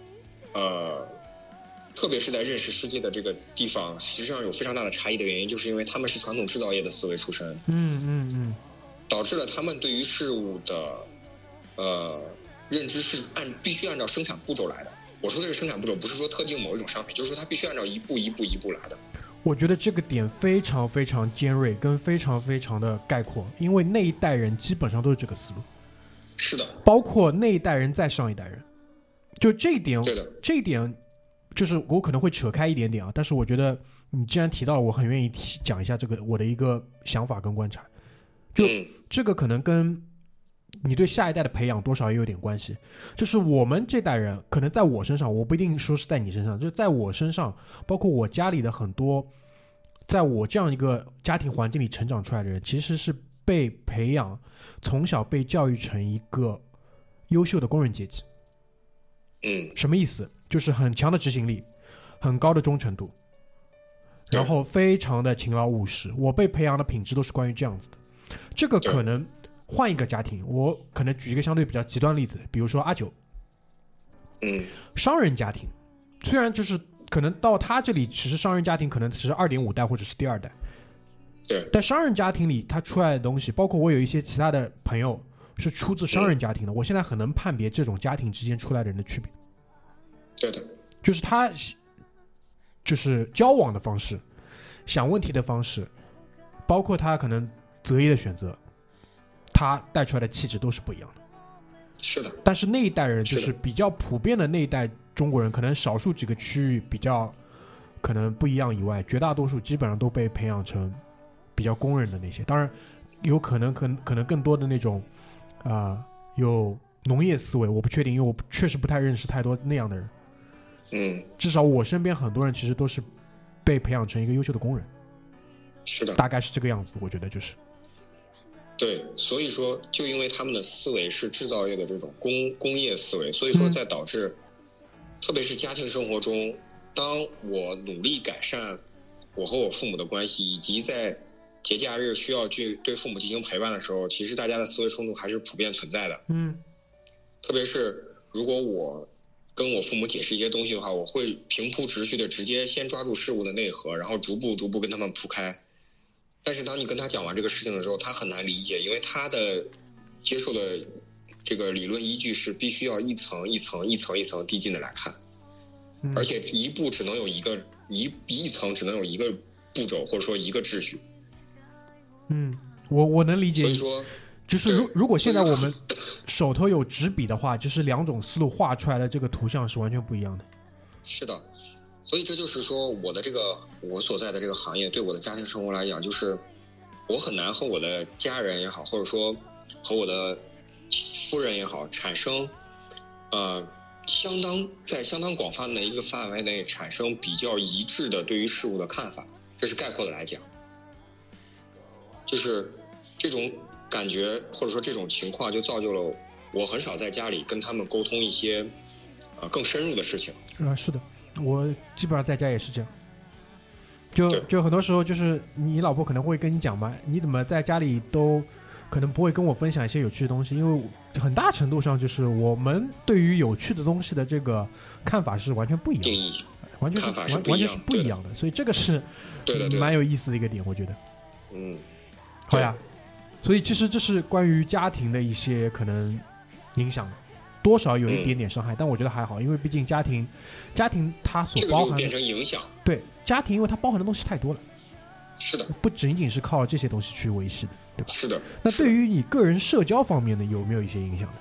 S3: 特别是在认识世界的这个地方，实际上有非常大的差异的原因，就是因为他们是传统制造业的思维出身，导致了他们对于事物的认知是必须按照生产步骤来的。我说的是生产步骤，不是说特定某一种商品，就是说它必须按照一步一步一步来的。
S2: 我觉得这个点非常非常尖锐，跟非常非常的概括，因为那一代人基本上都是这个思路。
S3: 是的，
S2: 包括那一代人再上一代人，就这一点，
S3: 对的，
S2: 这一点就是我可能会扯开一点点但是我觉得你既然提到了，我很愿意讲一下这个我的一个想法跟观察。就这个可能跟你对下一代的培养多少也有点关系。就是我们这代人可能在我身上，我不一定说是在你身上，就在我身上，包括我家里的很多在我这样一个家庭环境里成长出来的人，其实是被培养从小被教育成一个优秀的工人阶级。什么意思？就是很强的执行力，很高的忠诚度，然后非常的勤劳务实。我被培养的品质都是关于这样子的。这个可能换一个家庭，我可能举一个相对比较极端例子，比如说阿九，商人家庭，虽然就是可能到他这里只是商人家庭，可能只是2.5代或者是第2代，但商人家庭里他出来的东西，包括我有一些其他的朋友是出自商人家庭的，我现在很能判别这种家庭之间出来的人的区别。
S3: 对的，
S2: 就是他就是交往的方式，想问题的方式，包括他可能择业的选择，他带出来的气质都是不一样的。
S3: 是的，
S2: 但是那一代人就是比较普遍的那一代中国人，可能少数几个区域比较可能不一样以外，绝大多数基本上都被培养成比较工人的那些。当然有可能更多的那种有农业思维，我不确定，因为我确实不太认识太多那样的人。至少我身边很多人其实都是被培养成一个优秀的工人。
S3: 是的，
S2: 大概是这个样子，我觉得就是
S3: 对。所以说就因为他们的思维是制造业的这种工业思维，所以说在导致特别是家庭生活中，当我努力改善我和我父母的关系，以及在节假日需要去对父母进行陪伴的时候，其实大家的思维冲突还是普遍存在的。特别是如果我跟我父母解释一些东西的话，我会平铺直叙的直接先抓住事物的内核，然后逐步跟他们铺开。 但是当你跟他讲完这个事情的时候，他很难理解，因为他的接受的这个理论依据是必须要一层一层递进的来看，而且一步只能有一个一层只能有一个步骤或者说一个秩序。
S2: 我能理解。
S3: 所以说
S2: 就是如果现在我们手头有纸笔的话，就是两种思路画出来的这个图像是完全不一样的。
S3: 是的，所以这就是说我所在的这个行业对我的家庭生活来讲，就是我很难和我的家人也好，或者说和我的夫人也好，产生在相当广泛的一个范围内产生比较一致的对于事物的看法，这是概括的来讲。就是这种感觉或者说这种情况就造就了我很少在家里跟他们沟通一些更深入的事情。
S2: 是的，我基本上在家也是这样。就很多时候就是你老婆可能会跟你讲嘛，你怎么在家里都可能不会跟我分享一些有趣的东西，因为很大程度上就是我们对于有趣的东西的这个看法是完全不一样的，
S3: 定义
S2: 完全是不一样的，所以这个是蛮有意思的一个点，我觉得。好呀，所以其实这是关于家庭的一些可能影响，多少有一点点伤害，但我觉得还好，因为毕竟家庭它所包含的，这个就
S3: 变成影响。
S2: 对，家庭因为它包含的东西太多了。
S3: 是的，
S2: 不仅仅是靠这些东西去维系的，对吧？
S3: 是的。
S2: 那对于你个人社交方面呢，有没有一些影响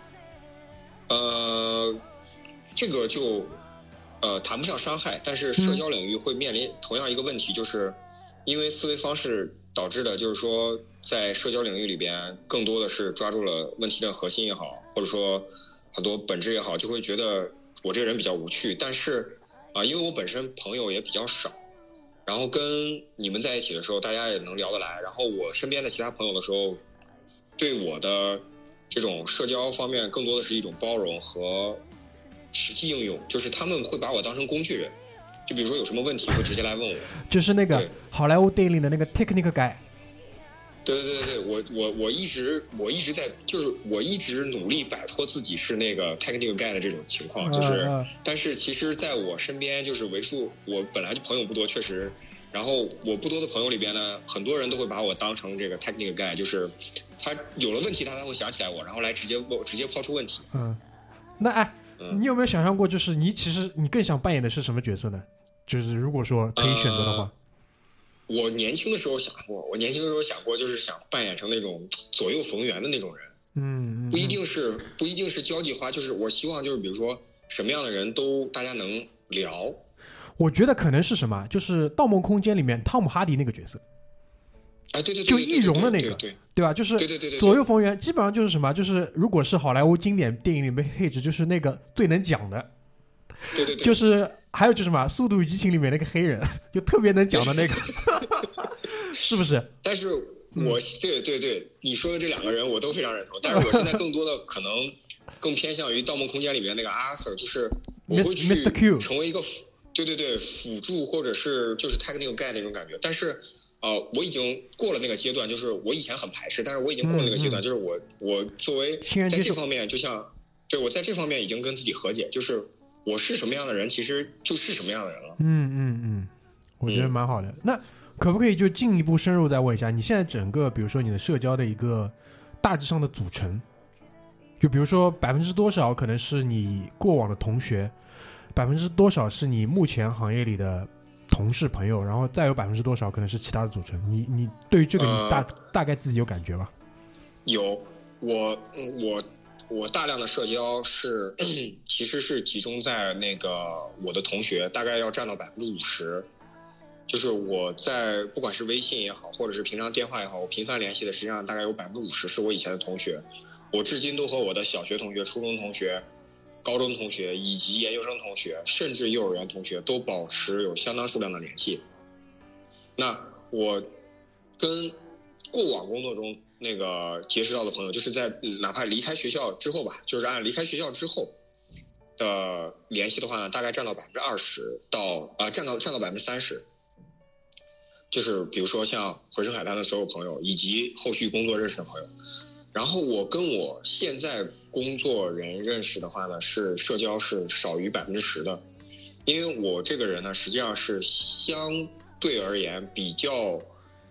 S3: 呢？这个就谈不上伤害，但是社交领域会面临同样一个问题，就是因为思维方式导致的，就是说在社交领域里边，更多的是抓住了问题的核心也好，或者说很多本质也好，就会觉得我这个人比较无趣。但是因为我本身朋友也比较少，然后跟你们在一起的时候，大家也能聊得来。然后我身边的其他朋友的时候，对我的这种社交方面更多的是一种包容和实际应用，就是他们会把我当成工具人，就比如说有什么问题会直接来问我，
S2: 就是那个好莱坞电影里的那个 technical guy。
S3: 对，我一直在，就是我一直努力摆脱自己是那个 technical guy 的这种情况，就是，但是其实在我身边就是为数，我本来就朋友不多，确实，然后我不多的朋友里边呢，很多人都会把我当成这个 technical guy，就是他有了问题他才会想起来我，然后来直接抛出问题。
S2: 那你有没有想象过，就是你其实你更想扮演的是什么角色呢？就是如果说可以选择的话。
S3: 我年轻的时候想过，就是想扮演成那种左右逢源的那种人。不一定是交际花，就是我希望就是比如说什么样的人都大家能聊。
S2: 我觉得可能是什么，就是《盗梦空间》里面汤姆哈迪那个角色。
S3: 对，
S2: 就易容的那个，对吧？就是左右逢源，基本上就是什么，就是如果是好莱坞经典电影里面配置，就是那个最能讲的。
S3: 对，
S2: 就是还有就是什么《速度与激情》里面那个黑人，就特别能讲的那个，是不是？
S3: 但是我对你说的这两个人我都非常认同，但是我现在更多的可能更偏向于《盗梦空间》里面那个阿 Sir， 就是我会去成为一个辅助或者是就是 technical guy 那种感觉，但是我已经过了那个阶段，就是我以前很排斥，但是我已经过了那个阶段，就是我作为在这方面，就像对我在这方面已经跟自己和解，就是我是什么样的人，其实就是什么样的人了。
S2: 我觉得蛮好的。那可不可以就进一步深入再问一下，你现在整个比如说你的社交的一个大致上的组成，就比如说多少可能是你过往的同学，多少是你目前行业里的同事朋友，然后再有多少可能是其他的组成。你对于这个你大概自己有感觉吧？
S3: 有，我大量的社交其实是集中在那个我的同学，大概要占到50%。就是我在不管是微信也好，或者是平常电话也好，我频繁联系的实际上大概有50%是我以前的同学。我至今都和我的小学同学、初中同学、高中同学以及研究生同学，甚至幼儿园同学都保持有相当数量的联系。那我跟过往工作中那个结识到的朋友，就是在哪怕离开学校之后吧，就是按离开学校之后的联系的话呢，大概占到20%到占到30%。就是比如说像回声海滩的所有朋友，以及后续工作认识的朋友。然后我跟我现在工作人认识的话呢，是社交是少于10%的，因为我这个人呢，实际上是相对而言比较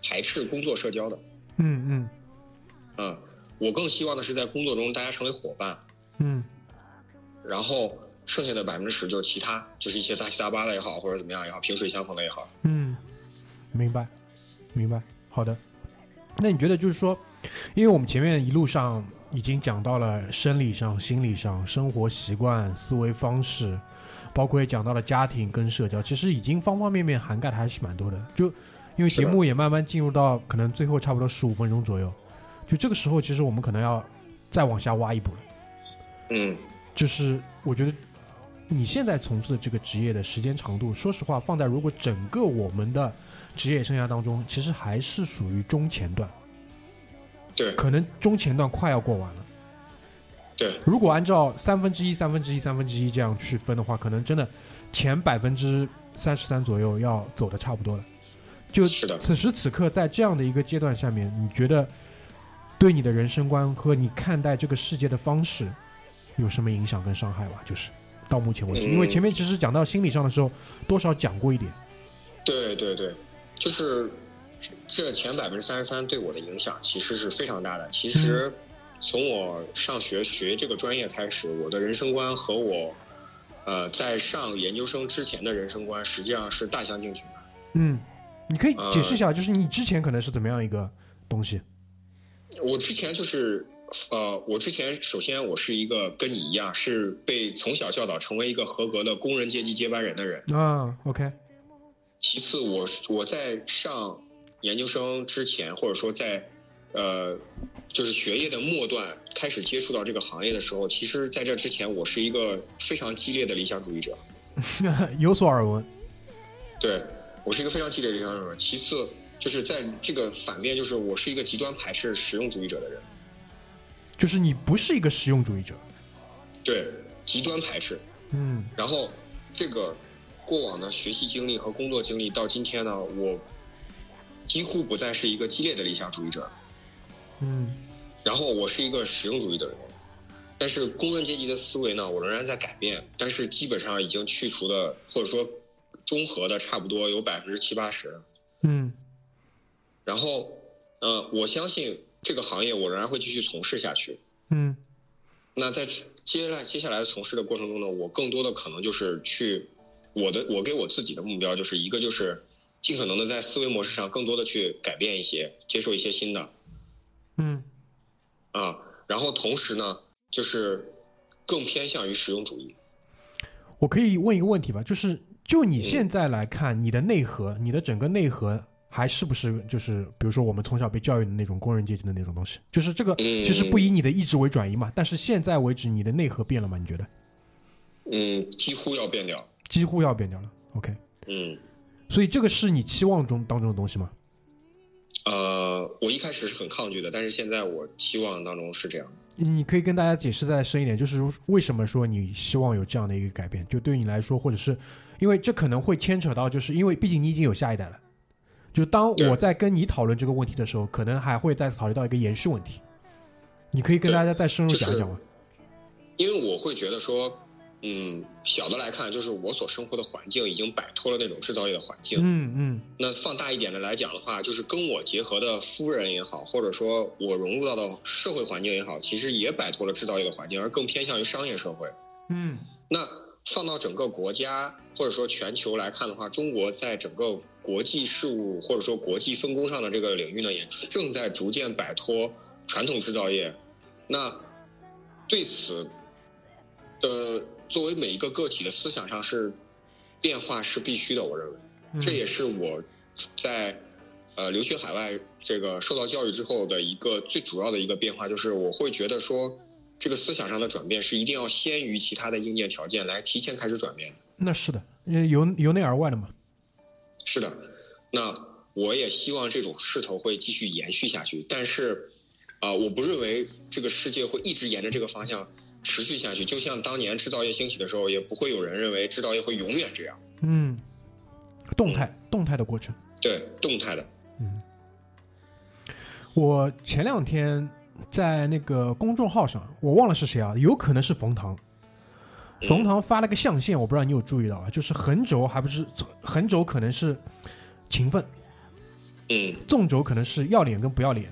S3: 排斥工作社交的。我更希望的是在工作中大家成为伙伴。然后剩下的10%就是其他，就是一些杂七杂八的也好，或者怎么样也好，萍水相逢的也好。
S2: 明白。好的，那你觉得就是说，因为我们前面一路上已经讲到了生理上、心理上、生活习惯、思维方式，包括也讲到了家庭跟社交，其实已经方方面面涵盖的还是蛮多的。就因为节目也慢慢进入到可能最后差不多15分钟左右，就这个时候其实我们可能要再往下挖一步了。就是我觉得你现在从事的这个职业的时间长度，说实话放在如果整个我们的职业生涯当中，其实还是属于中前段。
S3: 对，可
S2: 能中前段快要过完了。
S3: 对，
S2: 如果按照1/3这样去分的话，可能真的前33%左右要走的差不多了。就此时此刻在这样的一个阶段下面，你觉得对你的人生观和你看待这个世界的方式有什么影响跟伤害吧？就是到目前为止，因为前面其实讲到心理上的时候多少讲过一点。
S3: 对，就是这前33%对我的影响其实是非常大的。其实从我上学学这个专业开始，我的人生观和我在上研究生之前的人生观实际上是大相径庭的。
S2: 你可以解释一下，就是你之前可能是怎么样一个东西？
S3: 我之前就是首先我是一个跟你一样是被从小教导成为一个合格的工人阶级接班人的人。
S2: OK。
S3: 其次我在上研究生之前，或者说在就是学业的末段开始接触到这个行业的时候，其实在这之前我是一个非常激烈的理想主义者。
S2: 有所耳闻。
S3: 对，我是一个非常激烈的理想主义者。其次就是在这个反面，就是我是一个极端排斥实用主义者的人。
S2: 就是你不是一个实用主义者。
S3: 对，极端排斥。然后这个过往的学习经历和工作经历到今天呢，我几乎不再是一个激烈的理想主义者。然后我是一个实用主义的人，但是工人阶级的思维呢，我仍然在改变，但是基本上已经去除的，或者说中和的差不多有70%-80%。然后我相信这个行业我仍然会继续从事下去。那在接下来从事的过程中呢，我更多的可能就是我给我自己的目标就是一个就是尽可能的在思维模式上更多的去改变一些，接受一些新的。然后同时呢，就是更偏向于实用主义。
S2: 我可以问一个问题吧，就你现在来看，你的内核，你的整个内核还是不是就是比如说我们从小被教育的那种工人阶级的那种东西？就是这个其实不以你的意志为转移嘛，但是现在为止你的内核变了吗？你觉得？
S3: 几乎要变掉。
S2: 几乎要变掉了。OK。所以这个是你期望当中的东西吗？
S3: 我一开始是很抗拒的，但是现在我期望当中是这样。
S2: 你可以跟大家解释再深一点，就是为什么说你希望有这样的一个改变？就对于你来说，或者是因为这可能会牵扯到，就是因为毕竟你已经有下一代了。就当我在跟你讨论这个问题的时候，可能还会再考虑到一个延续问题。你可以跟大家再深入讲一讲吗？
S3: 因为我会觉得说，小的来看，就是我所生活的环境已经摆脱了那种制造业的环境。那放大一点的来讲的话，就是跟我结合的夫人也好，或者说我融入到的社会环境也好，其实也摆脱了制造业的环境，而更偏向于商业社会。那放到整个国家或者说全球来看的话，中国在整个国际事务或者说国际分工上的这个领域呢，也正在逐渐摆脱传统制造业。那对此作为每一个个体的思想上是变化是必须的，我认为这也是我在留学海外这个受到教育之后的一个最主要的一个变化，就是我会觉得说这个思想上的转变是一定要先于其他的硬件条件来提前开始转变的。
S2: 那是的，由内而外的嘛。
S3: 是的，那我也希望这种势头会继续延续下去，但是我不认为这个世界会一直沿着这个方向持续下去，就像当年制造业兴起的时候，也不会有人认为制造业会永远这样。
S2: 动态的过程。对，
S3: 动态的。
S2: 我前2天在那个公众号上，我忘了是谁啊，有可能是冯唐。冯唐发了个象限，我不知道你有注意到啊，就是横轴还不是横轴，可能是勤奋， 纵轴可能是要脸跟不要脸。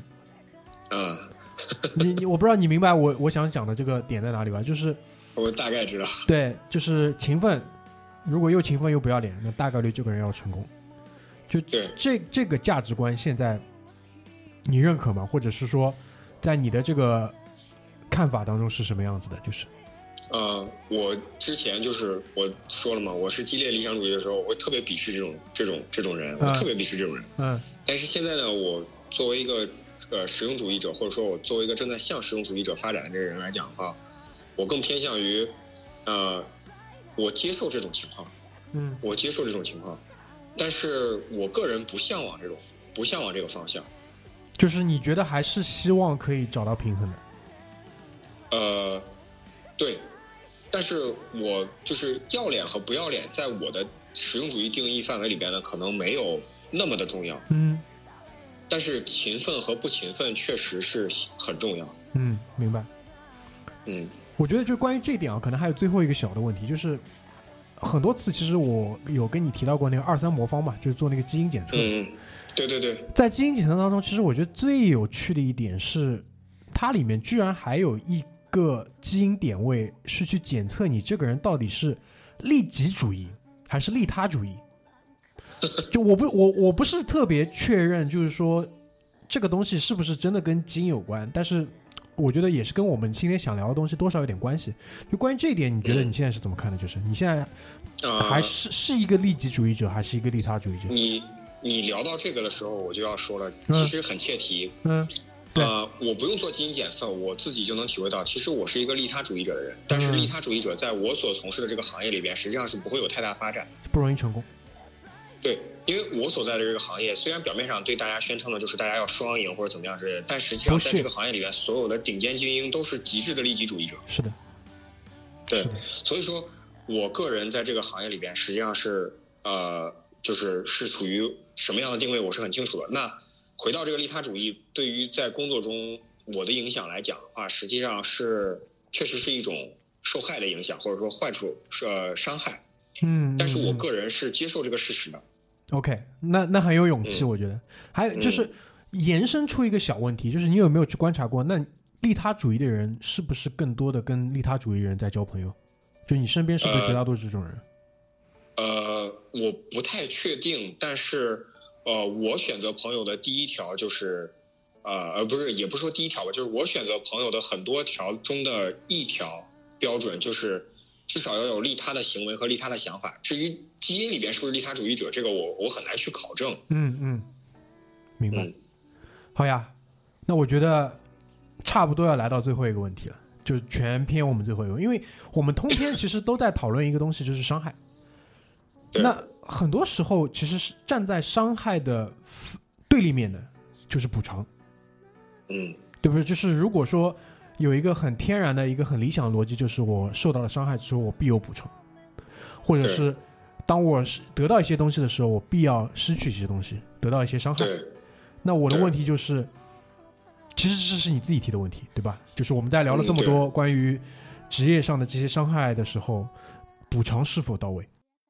S2: 我不知道你明白我想讲的这个点在哪里吧？就是
S3: 我大概知道，
S2: 对，就是勤奋，如果又勤奋又不要脸，那大概率这个人要成功。就这个价值观，现在你认可吗？或者是说，在你的这个看法当中是什么样子的？就是
S3: 我之前就是我说了嘛，我是激烈理想主义的时候，我会特别鄙视这种人，我特别鄙视这种人。但是现在呢，我作为一个实用主义者，或者说我作为一个正在向实用主义者发展的这个人来讲的话，我更偏向于我接受这种情况，我接受这种情况，但是我个人不向往这个方向。
S2: 就是你觉得还是希望可以找到平衡
S3: 的？对，但是我就是要脸和不要脸，在我的实用主义定义范围里边呢，可能没有那么的重要。但是勤奋和不勤奋确实是很重要。
S2: 明白。我觉得就关于这一点啊，可能还有最后一个小的问题，就是很多次其实我有跟你提到过那个2-3魔方嘛，就是做那个基因检测。
S3: 对，
S2: 在基因检测当中，其实我觉得最有趣的一点是，它里面居然还有一个基因点位是去检测你这个人到底是利己主义还是利他主义。就我不是特别确认，就是说这个东西是不是真的跟基因有关，但是我觉得也是跟我们今天想聊的东西多少有点关系。就关于这一点，你觉得你现在是怎么看的？就是你现在还是一个利己主义者，还是一个利他主义者？
S3: 你聊到这个的时候，我就要说了，其实很切题。我不用做基因检测，我自己就能体会到，其实我是一个利他主义者的人。但是利他主义者在我所从事的这个行业里边，实际上是不会有太大发展，
S2: 不容易成功。
S3: 对，因为我所在的这个行业，虽然表面上对大家宣称的就是大家要双赢或者怎么样之类的，但实际上在这个行业里边，所有的顶尖精英都是极致的利己主义者。
S2: 是的，
S3: 对，所以说我个人在这个行业里边，实际上是就是处于什么样的定位，我是很清楚的。那回到这个利他主义，对于在工作中我的影响来讲的话，实际上是确实是一种受害的影响，或者说坏处伤害。但是我个人是接受这个事实的。
S2: OK， 那很有勇气，我觉得。还有就是延伸出一个小问题，就是你有没有去观察过，那利他主义的人是不是更多的跟利他主义的人在交朋友？就你身边是不是绝大多数这种人？
S3: 我不太确定，但是我选择朋友的第一条就是不是，也不是说第一条吧，就是我选择朋友的很多条中的一条标准就是至少要有利他的行为和利他的想法。至于基因里边是不是利他主义者，这个我很难去考证。
S2: 明白。好呀，那我觉得差不多要来到最后一个问题了，就是全篇我们最后一个，因为我们通篇其实都在讨论一个东西，就是伤害。那很多时候其实是站在伤害的对立面的，就是补偿。对不对？就是如果说有一个很天然的一个很理想的逻辑，就是我受到了伤害之后，我必有补偿，或者是当我得到一些东西的时候，我必要失去一些东西，得到一些伤害。那我的问题就是，其实这是你自己提的问题，对吧？就是我们在聊了这么多关于职业上的这些伤害的时候，补偿是否到位？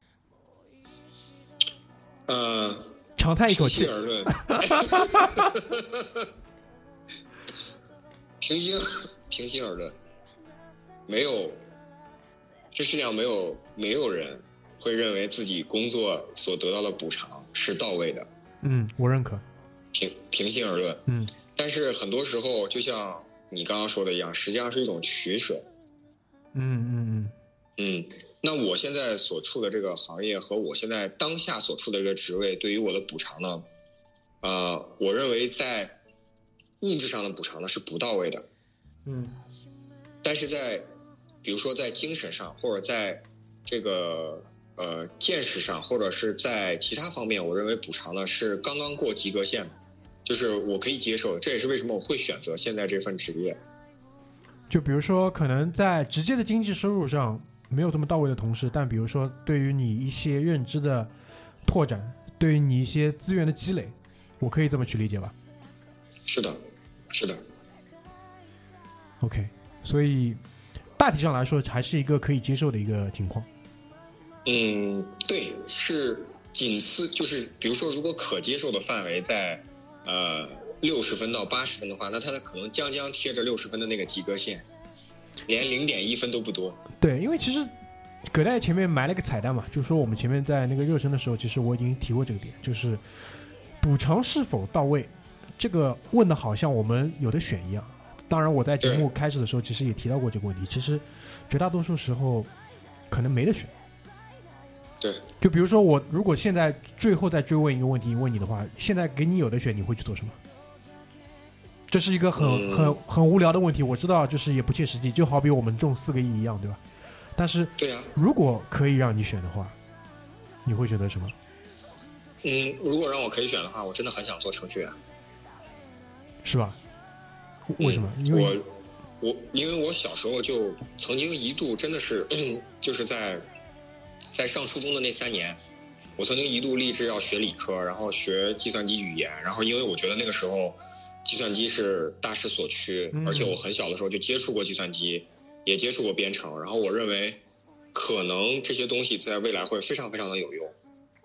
S2: 长叹一口气。
S3: 平心而论，没有，这世界上没有人会认为自己工作所得到的补偿是到位的。
S2: 我认可。
S3: 平心而论，但是很多时候就像你刚刚说的一样，实际上是一种取舍。那我现在所处的这个行业和我现在当下所处的这个职位，对于我的补偿呢，我认为在物质上的补偿呢是不到位的。但是比如说在精神上，或者在这个见识上，或者是在其他方面，我认为补偿呢是刚刚过及格线的，就是我可以接受。这也是为什么我会选择现在这份职业。
S2: 就比如说可能在直接的经济收入上没有这么到位的同时，但比如说对于你一些认知的拓展，对于你一些资源的积累，我可以这么去理解吧？
S3: 是的。
S2: OK， 所以大体上来说还是一个可以接受的一个情况。
S3: 对，是仅次就是比如说，如果可接受的范围在60分到80分的话，那他可能将贴着60分的那个及格线，连0.1分都不多。
S2: 对，因为其实葛代前面埋了个彩蛋嘛，就是说我们前面在那个热身的时候，其实我已经提过这个点，就是补偿是否到位，这个问的好像我们有的选一样。当然我在节目开始的时候其实也提到过这个问题，其实绝大多数时候可能没得选。
S3: 对，
S2: 就比如说我如果现在最后再追问一个问题问你的话，现在给你有的选，你会去做什么？这是一个很无聊的问题，我知道，就是也不切实际，就好比我们中4个亿一样，对吧？但是，
S3: 对啊，
S2: 如果可以让你选的话，你会选择什么？
S3: 如果让我可以选的话，我真的很想做程序员，
S2: 是吧？为什么？因
S3: 为我小时候就曾经一度真的是，就是在上初中的那3年，我曾经一度立志要学理科，然后学计算机语言，然后因为我觉得那个时候计算机是大势所趋，而且我很小的时候就接触过计算机，也接触过编程，然后我认为可能这些东西在未来会非常非常的有用。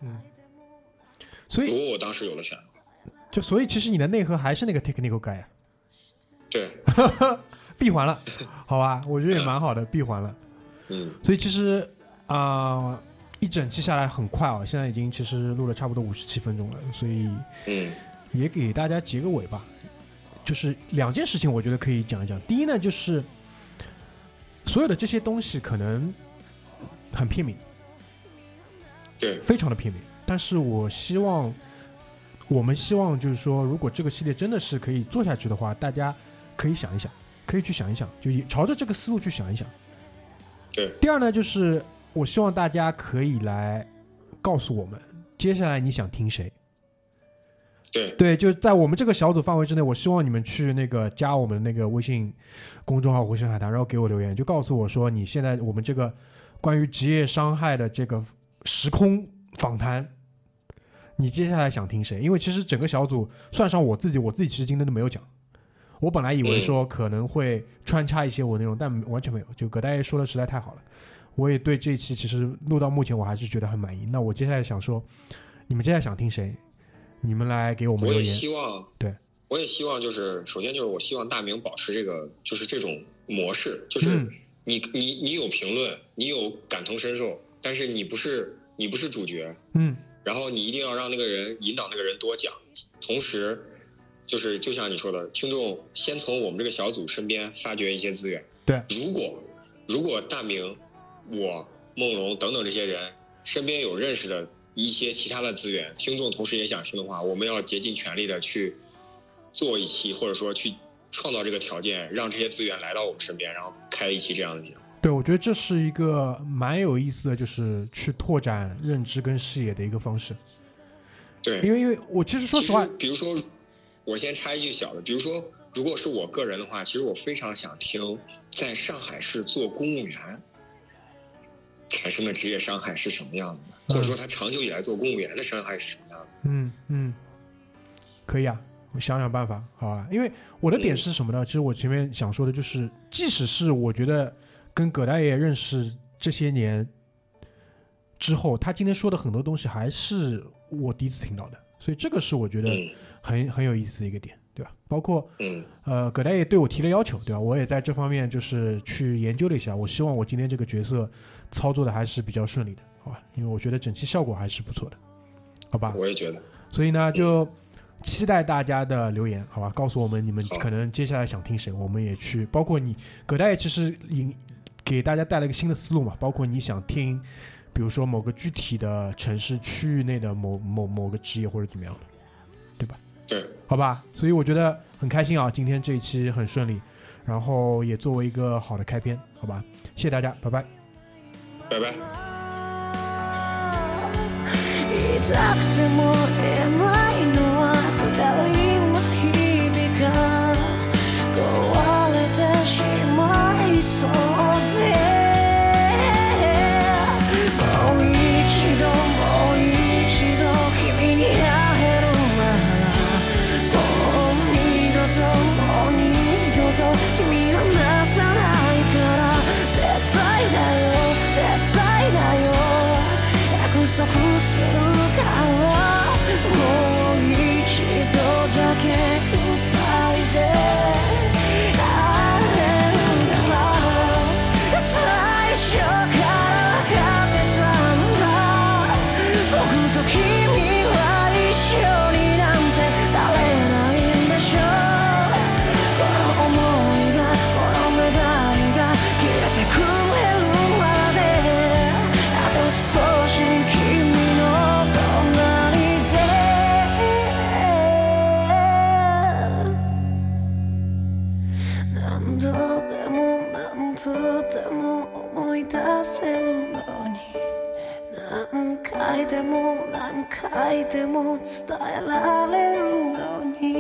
S2: 所以
S3: 如果我当时有的选的话，
S2: 所以其实你的内核还是那个 technical guy 啊。
S3: 对，
S2: 闭环了，好吧，我觉得也蛮好的，闭环了。所以其实一整期下来很快啊，现在已经其实录了差不多57分钟了，所以也给大家结个尾吧。就是2件事情，我觉得可以讲一讲。第一呢，就是所有的这些东西可能很片面，
S3: 对，
S2: 非常的片面。但是我们希望就是说，如果这个系列真的是可以做下去的话，大家可以想一想，可以去想一想，就朝着这个思路去想一想。
S3: 对。
S2: 第二呢，就是我希望大家可以来告诉我们，接下来你想听谁。对，就在我们这个小组范围之内，我希望你们去那个加我们那个微信公众号回声海滩，然后给我留言，就告诉我说你现在我们这个关于职业伤害的这个时空访谈，你接下来想听谁？因为其实整个小组算上我自己其实今天都没有讲。我本来以为说可能会穿插一些我内容，但完全没有。就葛大爷说的实在太好了，我也对这一期其实录到目前我还是觉得很满意。那我接下来想说，你们接下来想听谁？你们来给我们留言。
S3: 我也希望就是首先就是我希望大明保持这个就是这种模式，就是你有评论，你有感同身受，但是你不是主角，然后你一定要让那个人引导那个人多讲，同时就是就像你说的，听众先从我们这个小组身边发掘一些资源。
S2: 对，
S3: 如果大明、我、梦荣等等这些人身边有认识的一些其他的资源，听众同时也想听的话，我们要竭尽全力的去做一期，或者说去创造这个条件，让这些资源来到我们身边，然后开一期这样的节目。
S2: 对，我觉得这是一个蛮有意思的，就是去拓展认知跟视野的一个方式。
S3: 对，
S2: 因为我其实说实话，
S3: 比如说我先插一句小的，比如说如果是我个人的话，其实我非常想听在上海市做公务员产生的职业伤害是什么样的，或者说他长久以来做公务员的伤害是什么样的。
S2: 可以啊，我想想办法，好吧？因为我的点是什么呢？其实我前面想说的就是，即使是我觉得跟葛大爷认识这些年之后，他今天说的很多东西还是我第一次听到的，所以这个是我觉得很有意思的一个点，对吧？包括葛大爷对我提了要求，对吧？我也在这方面就是去研究了一下，我希望我今天这个角色操作的还是比较顺利的，好吧？因为我觉得整期效果还是不错的，好吧？
S3: 我也觉得。
S2: 所以呢，就期待大家的留言，好吧？告诉我们你们可能接下来想听谁，我们也去。包括你葛大爷其实给大家带来一个新的思路嘛，包括你想听，比如说某个具体的城市区域内的某个职业或者怎么样的，对吧？
S3: 对，
S2: 好吧。所以我觉得很开心啊，今天这一期很顺利，然后也作为一个好的开篇，好吧？谢谢大家，拜拜。
S3: 拜拜。
S1: 痛くても言えないのは二人の日々が壊れてしまいそうで、もう一度君に会えるなら、もう二度と君はなさないから、絶対だよ約束する何回でも伝えられるのに